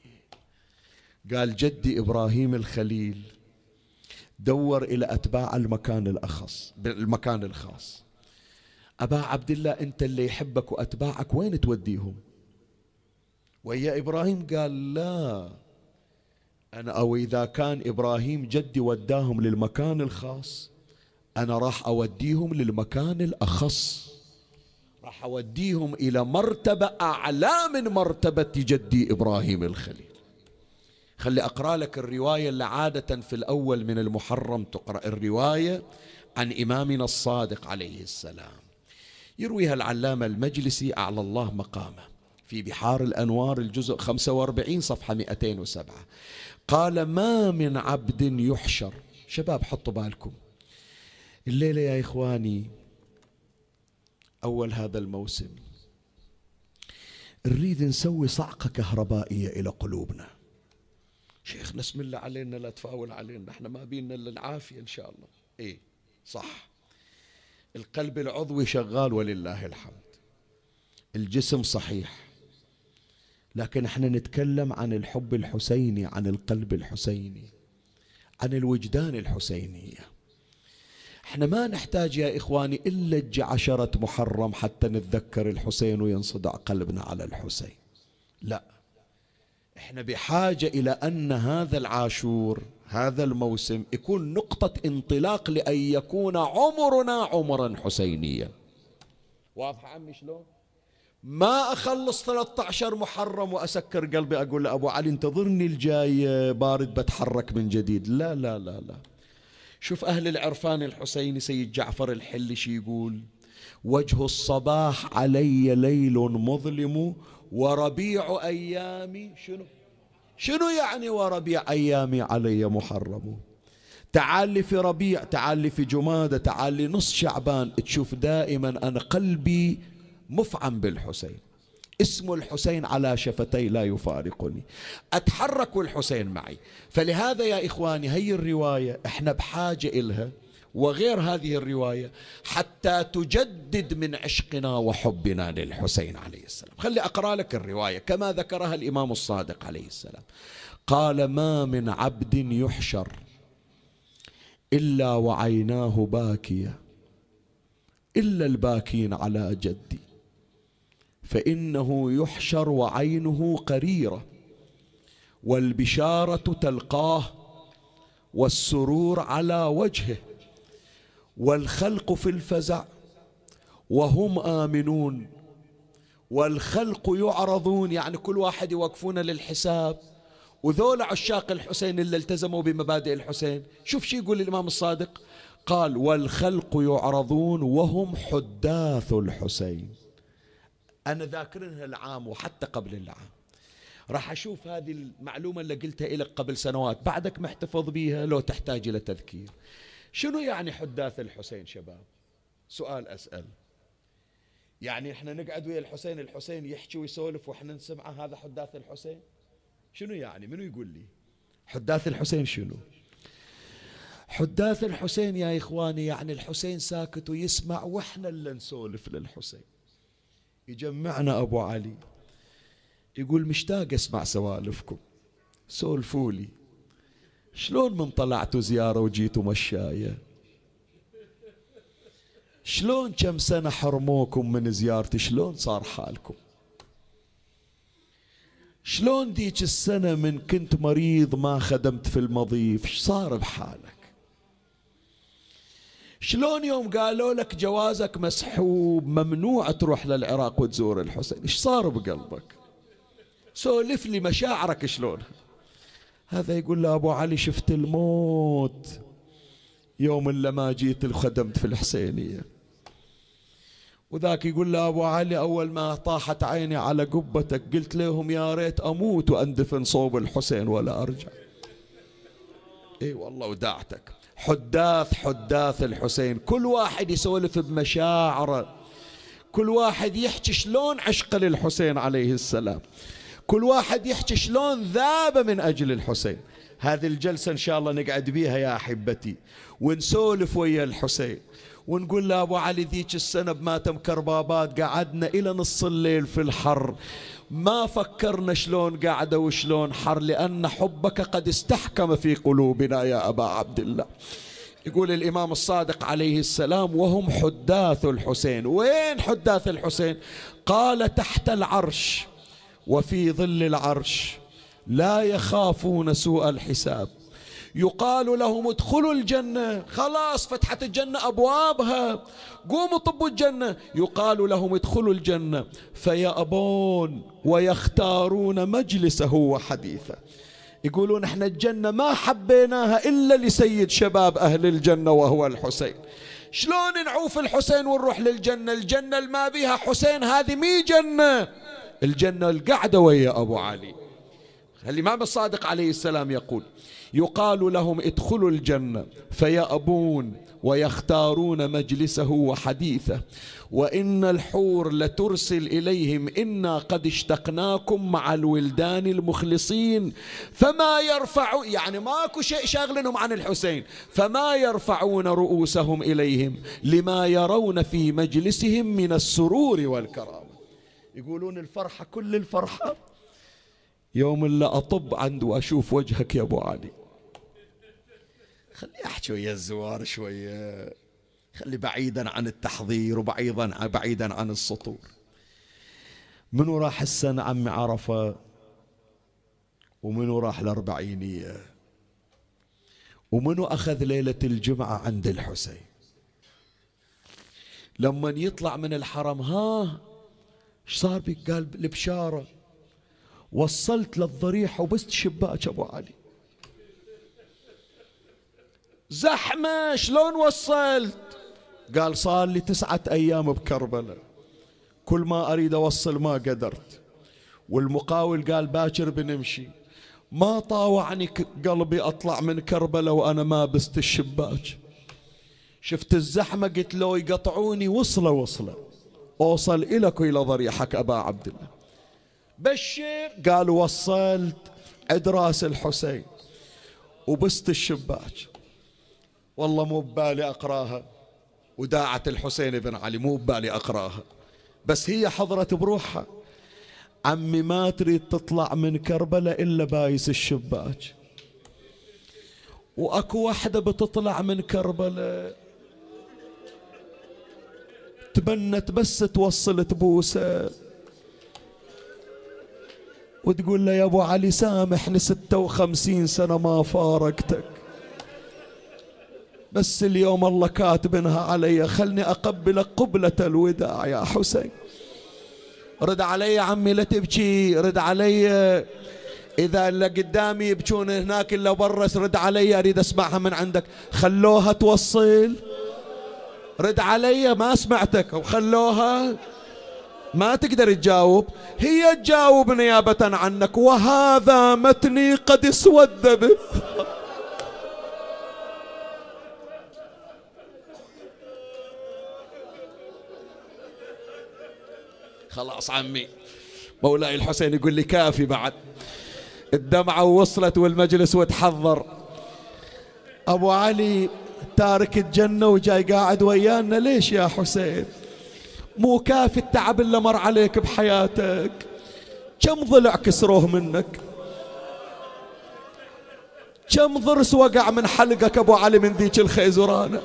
قال جدي إبراهيم الخليل دور إلى أتباع المكان الأخص المكان الخاص. أبا عبد الله أنت اللي يحبك وأتباعك وين توديهم؟ ويا إبراهيم قال لا، أنا أو إذا كان إبراهيم جدي وداهم للمكان الخاص، أنا راح أوديهم للمكان الأخص، راح أوديهم إلى مرتبة أعلى من مرتبة جدي إبراهيم الخليل. خلي أقرأ لك الرواية اللي عادة في الأول من المحرم تقرأ، الرواية عن إمامنا الصادق عليه السلام، يرويها العلامة المجلسي أعلى الله مقامه في بحار الأنوار الجزء خمسة وأربعين صفحة مئتين وسبعة. قال ما من عبد يحشر. شباب حطوا بالكم الليلة يا إخواني أول هذا الموسم نريد نسوي صعقة كهربائية إلى قلوبنا. شيخنا اسم الله علينا لا تفاول علينا، احنا ما بينا إلا العافية إن شاء الله. إيه صح، القلب العضوي شغال ولله الحمد، الجسم صحيح، لكن احنا نتكلم عن الحب الحسيني، عن القلب الحسيني، عن الوجدان الحسينية. احنا ما نحتاج يا إخواني إلا تجي عشرة محرم حتى نتذكر الحسين وينصدع قلبنا على الحسين. لا، احنا بحاجة إلى أن هذا العاشور هذا الموسم يكون نقطة انطلاق لأن يكون عمرنا عمرا حسينيا. واضح عمي شلون؟ ما أخلص ثلاثة عشر محرم وأسكر قلبي أقول لأبو علي انتظرني الجاي بارد بتحرك من جديد. لا لا لا لا. شوف أهل العرفان الحسيني سيد جعفر الحلي شي يقول: وجه الصباح علي ليل مظلم وربيع أيامي. شنو شنو يعني وربيع أيامي علي محرم؟ تعال لي في ربيع، تعال لي في جمادة، تعال لي نص شعبان، تشوف دائما أنا قلبي مفعم بالحسين، اسم الحسين على شفتي لا يفارقني، أتحرك والحسين معي. فلهذا يا إخواني هي الرواية احنا بحاجة إلها وغير هذه الرواية حتى تجدد من عشقنا وحبنا للحسين عليه السلام. خلي أقرأ لك الرواية كما ذكرها الإمام الصادق عليه السلام. قال: ما من عبد يحشر إلا وعيناه باكية إلا الباكين على جدي، فإنه يحشر وعينه قريرة والبشارة تلقاه والسرور على وجهه والخلق في الفزع وهم آمنون، والخلق يعرضون، يعني كل واحد يوقفون للحساب، وذول عشاق الحسين اللي التزموا بمبادئ الحسين. شوف شي يقول الإمام الصادق، قال: والخلق يعرضون وهم حداث الحسين. أنا ذاكرها العام وحتى قبل العام، راح أشوف هذه المعلومة اللي قلتها لك قبل سنوات بعدك محتفظ بيها لو تحتاج إلى تذكير. شنو يعني حداث الحسين شباب؟ سؤال أسأل. يعني إحنا نقعد ويا الحسين، الحسين يحكي ويسولف وإحنا نسمعه، هذا حداث الحسين؟ شنو يعني؟ منو يقول لي حداث الحسين شنو؟ حداث الحسين يا إخواني، يعني الحسين ساكت ويسمع وإحنا اللي نسولف للحسين. يجمعنا أبو علي يقول مشتاق أسمع سوالفكم، سولفوا لي شلون من طلعتوا زيارة وجيتوا مشاية، شلون كم سنة حرموكم من زيارتي، شلون صار حالكم، شلون ديك السنة من كنت مريض ما خدمت في المضيف، ايش صار بحالك، شلون يوم قالوا لك جوازك مسحوب ممنوع تروح للعراق وتزور الحسين، ايش صار بقلبك، سولف لي مشاعرك شلون. هذا يقول له أبو علي شفت الموت يوم اللي ما جيت وخدمت في الحسينية. وذاك يقول له أبو علي أول ما طاحت عيني على قبتك قلت لهم يا ريت أموت وأندفن صوب الحسين ولا أرجع. إي والله وداعتك. حداث حداث الحسين، كل واحد يسولف بمشاعره، كل واحد يحكي شلون عشق للحسين عليه السلام، كل واحد يحكي شلون ذاب من أجل الحسين. هذه الجلسة إن شاء الله نقعد بيها يا أحبتي ونسولف ويا الحسين ونقول له أبو علي ذيك السنة بماتم كربابات قعدنا إلى نص الليل في الحر، ما فكرنا شلون قعدة وشلون حر، لأن حبك قد استحكم في قلوبنا يا أبا عبد الله. يقول الإمام الصادق عليه السلام وهم حداث الحسين. وين حداث الحسين؟ قال تحت العرش وفي ظل العرش لا يخافون سوء الحساب، يقال لهم ادخلوا الجنة، خلاص فتحت الجنة أبوابها قوموا طبوا الجنة، يقال لهم ادخلوا الجنة فيأبون ويختارون مجلسه وحديثه. يقولون احنا الجنة ما حبيناها إلا لسيد شباب أهل الجنة وهو الحسين. شلون نعوف الحسين ونروح للجنة؟ الجنة الما بيها حسين هذه مي جنة، الجنة القعدة ويا أبو علي. الإمام الصادق عليه السلام يقول يقال لهم ادخلوا الجنة فيأبون ويختارون مجلسه وحديثه، وإن الحور لترسل إليهم إنا قد اشتقناكم مع الولدان المخلصين فما يرفعوا، يعني ماكو شيء شاغلنهم عن الحسين، فما يرفعون رؤوسهم إليهم لما يرون في مجلسهم من السرور والكرامة. يقولون الفرحة كل الفرحة يوم اللي أطب عنده وأشوف وجهك يا أبو علي. خلي أحكي ويا الزوار شوية، خلي بعيدا عن التحضير وبعيدا بعيدا عن السطور. منو راح السنة عمي عرفة، ومنو راح الأربعينية، ومنو أخذ ليلة الجمعة عند الحسين. لما يطلع من الحرم ها ايش صار بك؟ قال البشارة وصلت للضريح وبست شباك أبو علي، زحمة شلون وصلت؟ قال صار لي تسعة أيام بكربلاء كل ما أريد أوصل ما قدرت، والمقاول قال باكر بنمشي، ما طاوعني قلبي أطلع من كربلاء وأنا ما بست الشباك، شفت الزحمة قلت لو يقطعوني وصلة وصلة أوصل إلك وإلى ضريحك أبا عبد الله. بشر قال وصلت عند راس الحسين وبست الشباك، والله مو ببالي أقراها، وداعة الحسين بن علي مو ببالي أقراها، بس هي حضرت بروحها. عمي ما تريد تطلع من كربلاء إلا بايس الشباك، وأكو واحدة بتطلع من كربلاء تبنت بس توصل تبوسه وتقول له يا أبو علي سامحني ستة وخمسين سنة ما فارقتك، بس اليوم الله كاتبنها علي، خلني أقبلك قبلة الوداع يا حسين. رد علي عمي لا تبكي، رد علي إذا اللي قدامي يبكون هناك إلا برس، رد علي أريد أسمعها من عندك. خلوها توصل، رد علي ما سمعتك، وخلوها ما تقدر تجاوب، هي تجاوب نيابة عنك. وهذا متني قد اسود به. خلاص عمي مولاي الحسين يقول لي كافي بعد، الدمعة وصلت والمجلس وتحضر. أبو علي تارك الجنة وجاي قاعد ويانا، ليش يا حسين؟ مو كافي التعب اللي مر عليك بحياتك؟ كم ضلع كسروه منك؟ كم ضرس وقع من حلقك أبو علي من ذيك الخيزرانة؟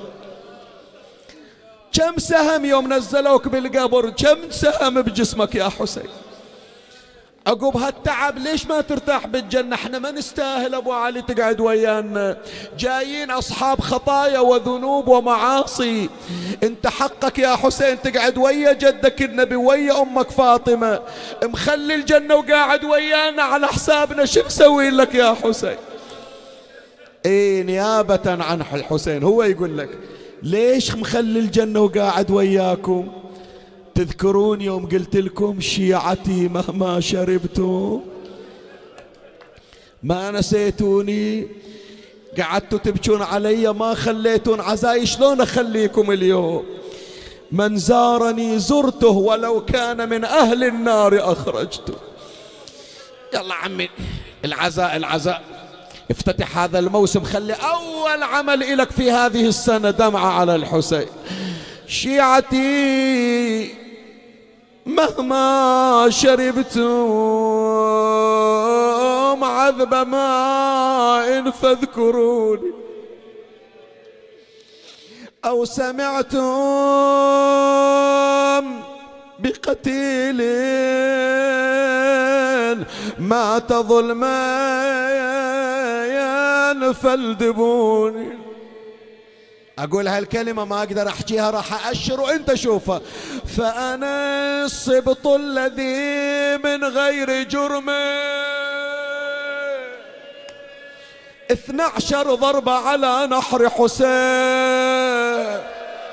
كم سهم يوم نزلوك بالقبر، كم سهم بجسمك يا حسين؟ عقب هالتعب ليش ما ترتاح بالجنة؟ احنا ما نستاهل أبو علي تقعد ويانا، جايين أصحاب خطايا وذنوب ومعاصي. انت حقك يا حسين تقعد ويا جدك النبي ويا أمك فاطمة، مخلي الجنة وقاعد ويانا على حسابنا، شو مسوي لك يا حسين؟ ايه نيابة عن الحسين هو يقول لك ليش مخلي الجنة وقاعد وياكم؟ تذكرون يوم قلت لكم شيعتي مهما شربتم ما نسيتوني، قعدتوا تبكون علي ما خليتون عزاي، شلون اخليكم اليوم؟ من زارني زرته ولو كان من اهل النار اخرجته. يلا عمي العزاء العزاء، افتتح هذا الموسم، خلي اول عمل لك في هذه السنة دمعة على الحسين. شيعتي مهما شربتم عذب ماء فاذكروني، أو سمعتم بقتيل مات ظلما فالدبوني. أقول هالكلمة ما أقدر أحكيها، راح أأشر وأنت شوفها. فأنا الصبط الذي من غير جرم اثنى عشر ضربة على نحر حسين،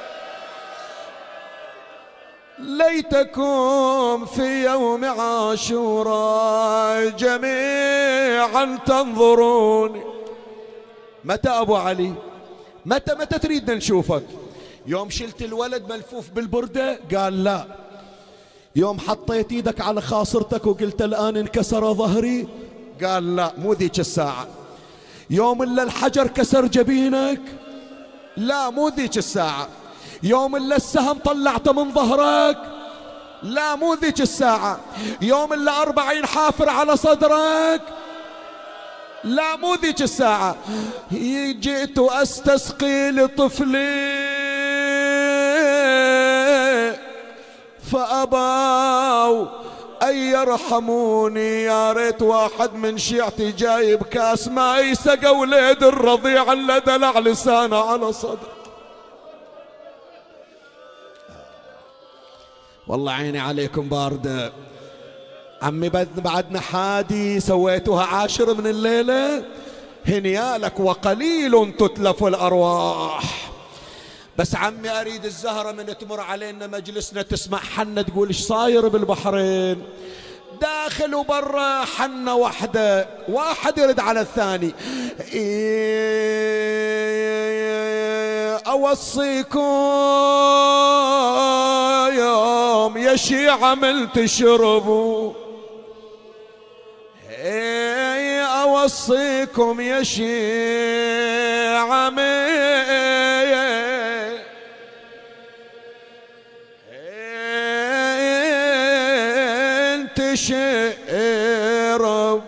ليتكم في يوم عاشوراء جميعا تنظروني. متى أبو علي؟ متى متى تريدنا نشوفك؟ يوم شلت الولد ملفوف بالبردة؟ قال لا. يوم حطيت ايدك على خاصرتك وقلت الآن انكسر ظهري؟ قال لا مو ذيك الساعة. يوم الا الحجر كسر جبينك؟ لا مو ذيك الساعة. يوم الا السهم طلعته من ظهرك؟ لا مو ذيك الساعة. يوم الا أربعين حافر على صدرك؟ لا مو ذيك الساعة. جئت أستسقي لطفلي فأبوا أن يرحموني. يا ريت واحد من شيعتي جايب كاس ماء يسقى وليد الرضيع اللي دلع لسانه على صدر. والله عيني عليكم باردة. عمي بعدنا حادي سويتوها عاشر من الليلة، هنيالك وقليل تتلف الأرواح. بس عمي أريد الزهرة من تمر علينا مجلسنا تسمع حنة تقول إيش صاير بالبحرين، داخل وبرا حنة واحدة، واحد يرد على الثاني. أوصيكم يوم يا شيعة من تشربوا، أوصيكم يا شيعة من تشرب.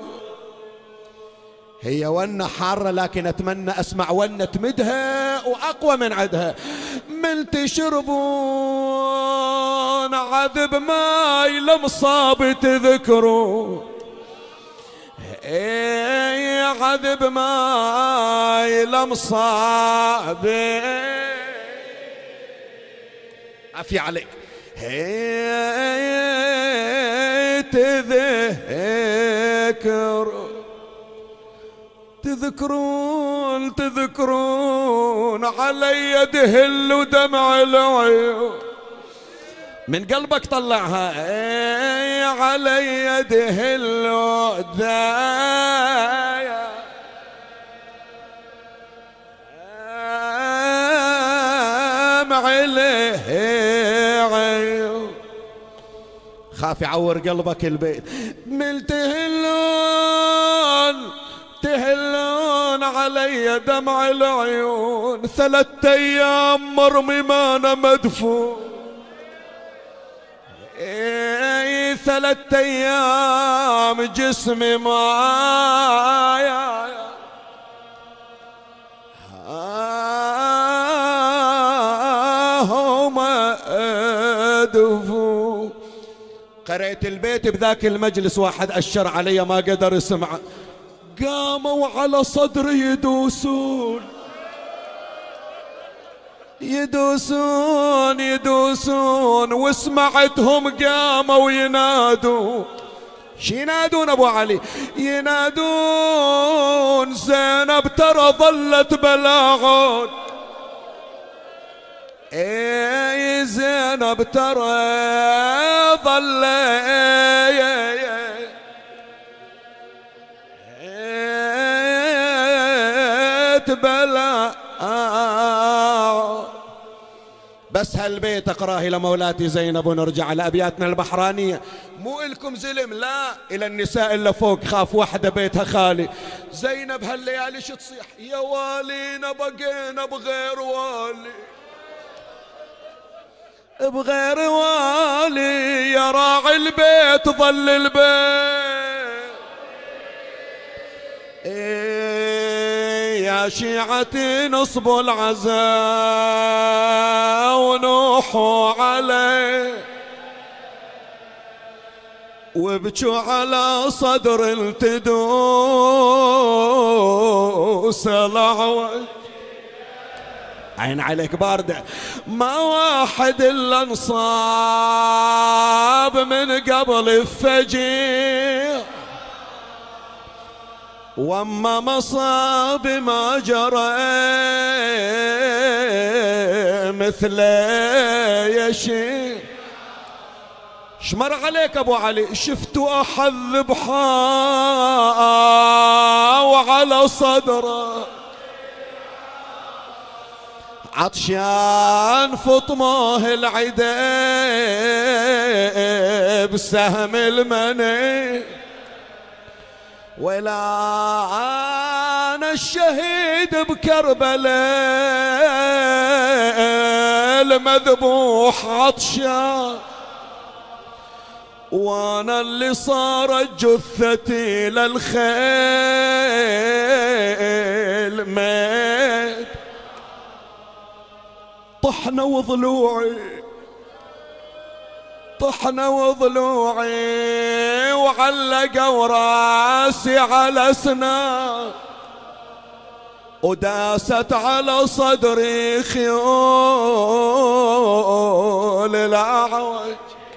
هي ونة حارة لكن أتمنى أسمع ونة تمدها وأقوى من عدها. من تشربون عذب ماي لمصاب تذكروا، اي عذب ماي لمصاب عافية عليك. هي تذكر تذكرون تذكرون علي دهل ودمع العيون. من قلبك طلعها. اي علي دهل ودايا دمع العيون. خاف يعور قلبك البيت. من تهلون تهلون علي دمع العيون، ثلاثة أيام مرمي ما أنا مدفون. اي ثلاثة أيام جسمي معايا هم أدفو. قرأت البيت بذاك المجلس، واحد أشر علي ما قدر يسمع، قاموا على صدري يدوسون يدوسون يدوسون، وسمعتهم قاموا ينادون. شي ينادون ابو علي؟ ينادون زينب ترى ظلت بلاغون. اي زينب ترى ظلت بلاغون. بس هالبيت اقراه الى مولاتي زينب ونرجع لابياتنا البحرانيه. مو الكم زلم، لا، الى النساء اللي فوق، خاف وحده بيتها خالي. زينب هالليالي شو تصيح؟ يا والينا بقينا بغير والي، بغير والي، يا راعي البيت ظل البيت. إيه يا شيعتي نصبوا العزاء ونوحوا عليه، وبكوا على صدر التدوس العوج. عين عليك باردة، ما واحد إلا انصاب من قبل الفجير، واما مصاب ما جرى مثل يشير. شمر عليك ابو علي، شفتوا احل بحا وعلى صدره عطشان فطمه العدا بسهم المني. ولا أنا الشهيد بكربلاء المذبوح عطشان، وانا اللي صارت جثتي للخيل ميت. طحنا وضلوعي طحنا وضلوعي وعلقوا راسي على اسنان، وداست على صدري خيول الأعوج.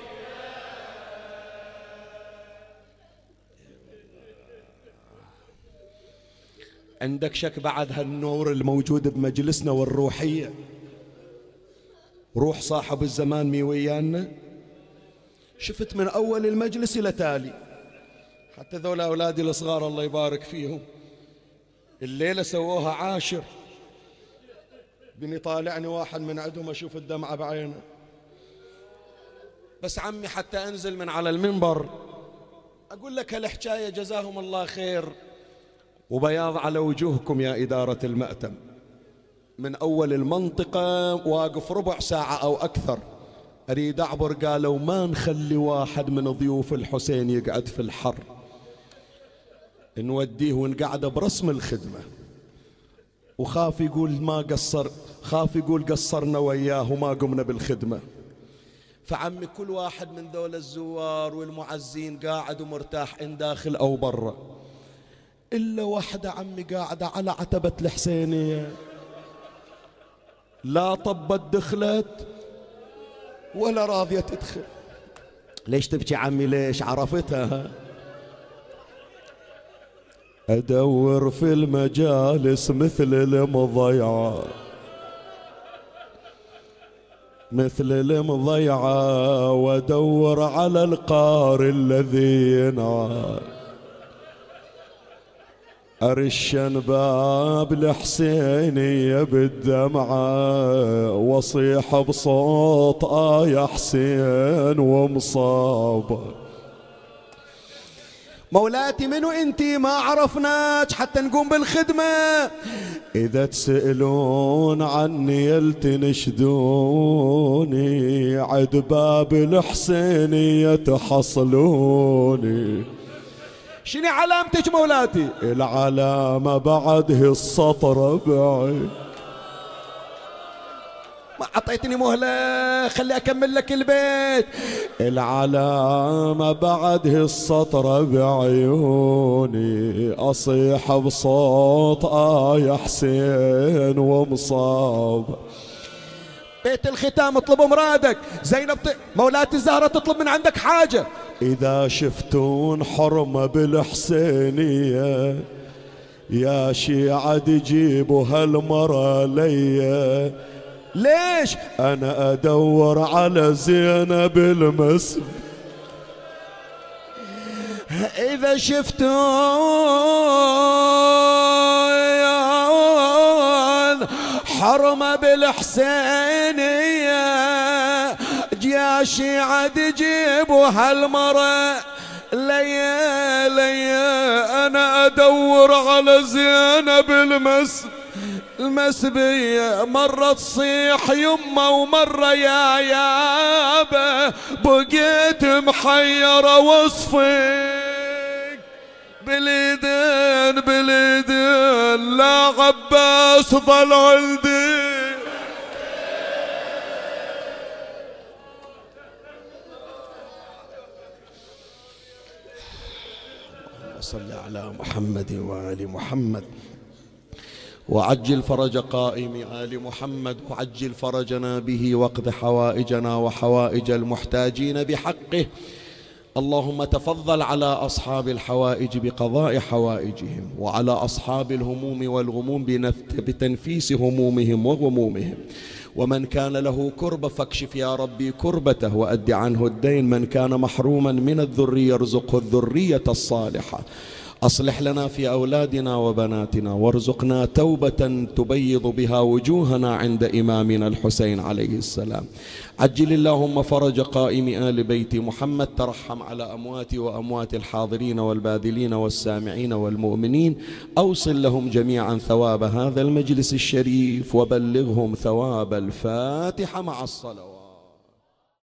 عندك شك بعد هالنور الموجود بمجلسنا والروحية؟ روح صاحب الزمان مي ويانا. شفت من أول المجلس إلى تالي، حتى ذولا أولادي الصغار الله يبارك فيهم الليلة سووها عاشر. بني طالعني واحد من عندهم أشوف الدمعة بعينه. بس عمي حتى أنزل من على المنبر أقول لك هالحكاية جزاهم الله خير وبياض على وجوهكم يا إدارة المأتم. من أول المنطقة واقف ربع ساعة أو أكثر أريد أعبر، قالوا ما نخلي واحد من ضيوف الحسين يقعد في الحر، نوديه ونقعده برسم الخدمة. وخاف يقول ما قصر، خاف يقول قصرنا وياه وما قمنا بالخدمة. فعمي كل واحد من دول الزوار والمعزين قاعد ومرتاح إن داخل أو برا، إلا واحدة عمي قاعدة على عتبة الحسينية، لا طبت دخلت ولا راضية تدخل. ليش تبكي عمي؟ ليش؟ عرفتها. أدور في المجالس مثل المضيعة، مثل المضيعة، وأدور على القار الذي ينعى. أرشن باب الحسينية بالدمعة وصيح بصوت آه يا حسين ومصاب. مولاتي منو انتي ما عرفناك حتى نقوم بالخدمة. إذا تسألون عني يلتنشدوني عد باب الحسينية تحصلوني. شنو علامتك مولاتي؟ العلامة بعده السطر بعيد. ما عطيتني مهلة خلي أكمل لك البيت. العلامة بعده السطر بعيوني أصيح بصوت آه يا حسين ومصاب. بيت الختام اطلب مرادك. زينب ط... مولاتي الزهرة تطلب من عندك حاجة. إذا شفتون حرمة بالحسينية يا شيعة تجيبوا هالمرة ليا. ليش؟ أنا أدور على زينب المسب. إذا شفتون حرمة بالحسينية يا شيعة تجيبوا هالمرة ليا ليا. أنا أدور على زينب المسب المسبية. مرة تصيح يمه ومرة يا يابا بقيت محيرة وصفك باليدين باليدين لا عباس ظل عندي. صل على محمد وآل محمد وعجل فرج قائم آل محمد وعجل فرجنا به واقض حوائجنا وحوائج المحتاجين بحقه. اللهم تفضل على أصحاب الحوائج بقضاء حوائجهم وعلى أصحاب الهموم والغموم بتنفيس همومهم وغمومهم. ومن كان له كربة فاكشف يا ربي كربته وأد عنه الدين. من كان محروما من الذرية ارزقه الذرية الصالحة. أصلح لنا في أولادنا وبناتنا وارزقنا توبة تبيض بها وجوهنا عند إمامنا الحسين عليه السلام. عجل اللهم فرج قائم آل بيت محمد. ترحم على أمواتي وأموات الحاضرين والباذلين والسامعين والمؤمنين. أوصل لهم جميعا ثواب هذا المجلس الشريف وبلغهم ثواب الفاتحة مع الصلوات.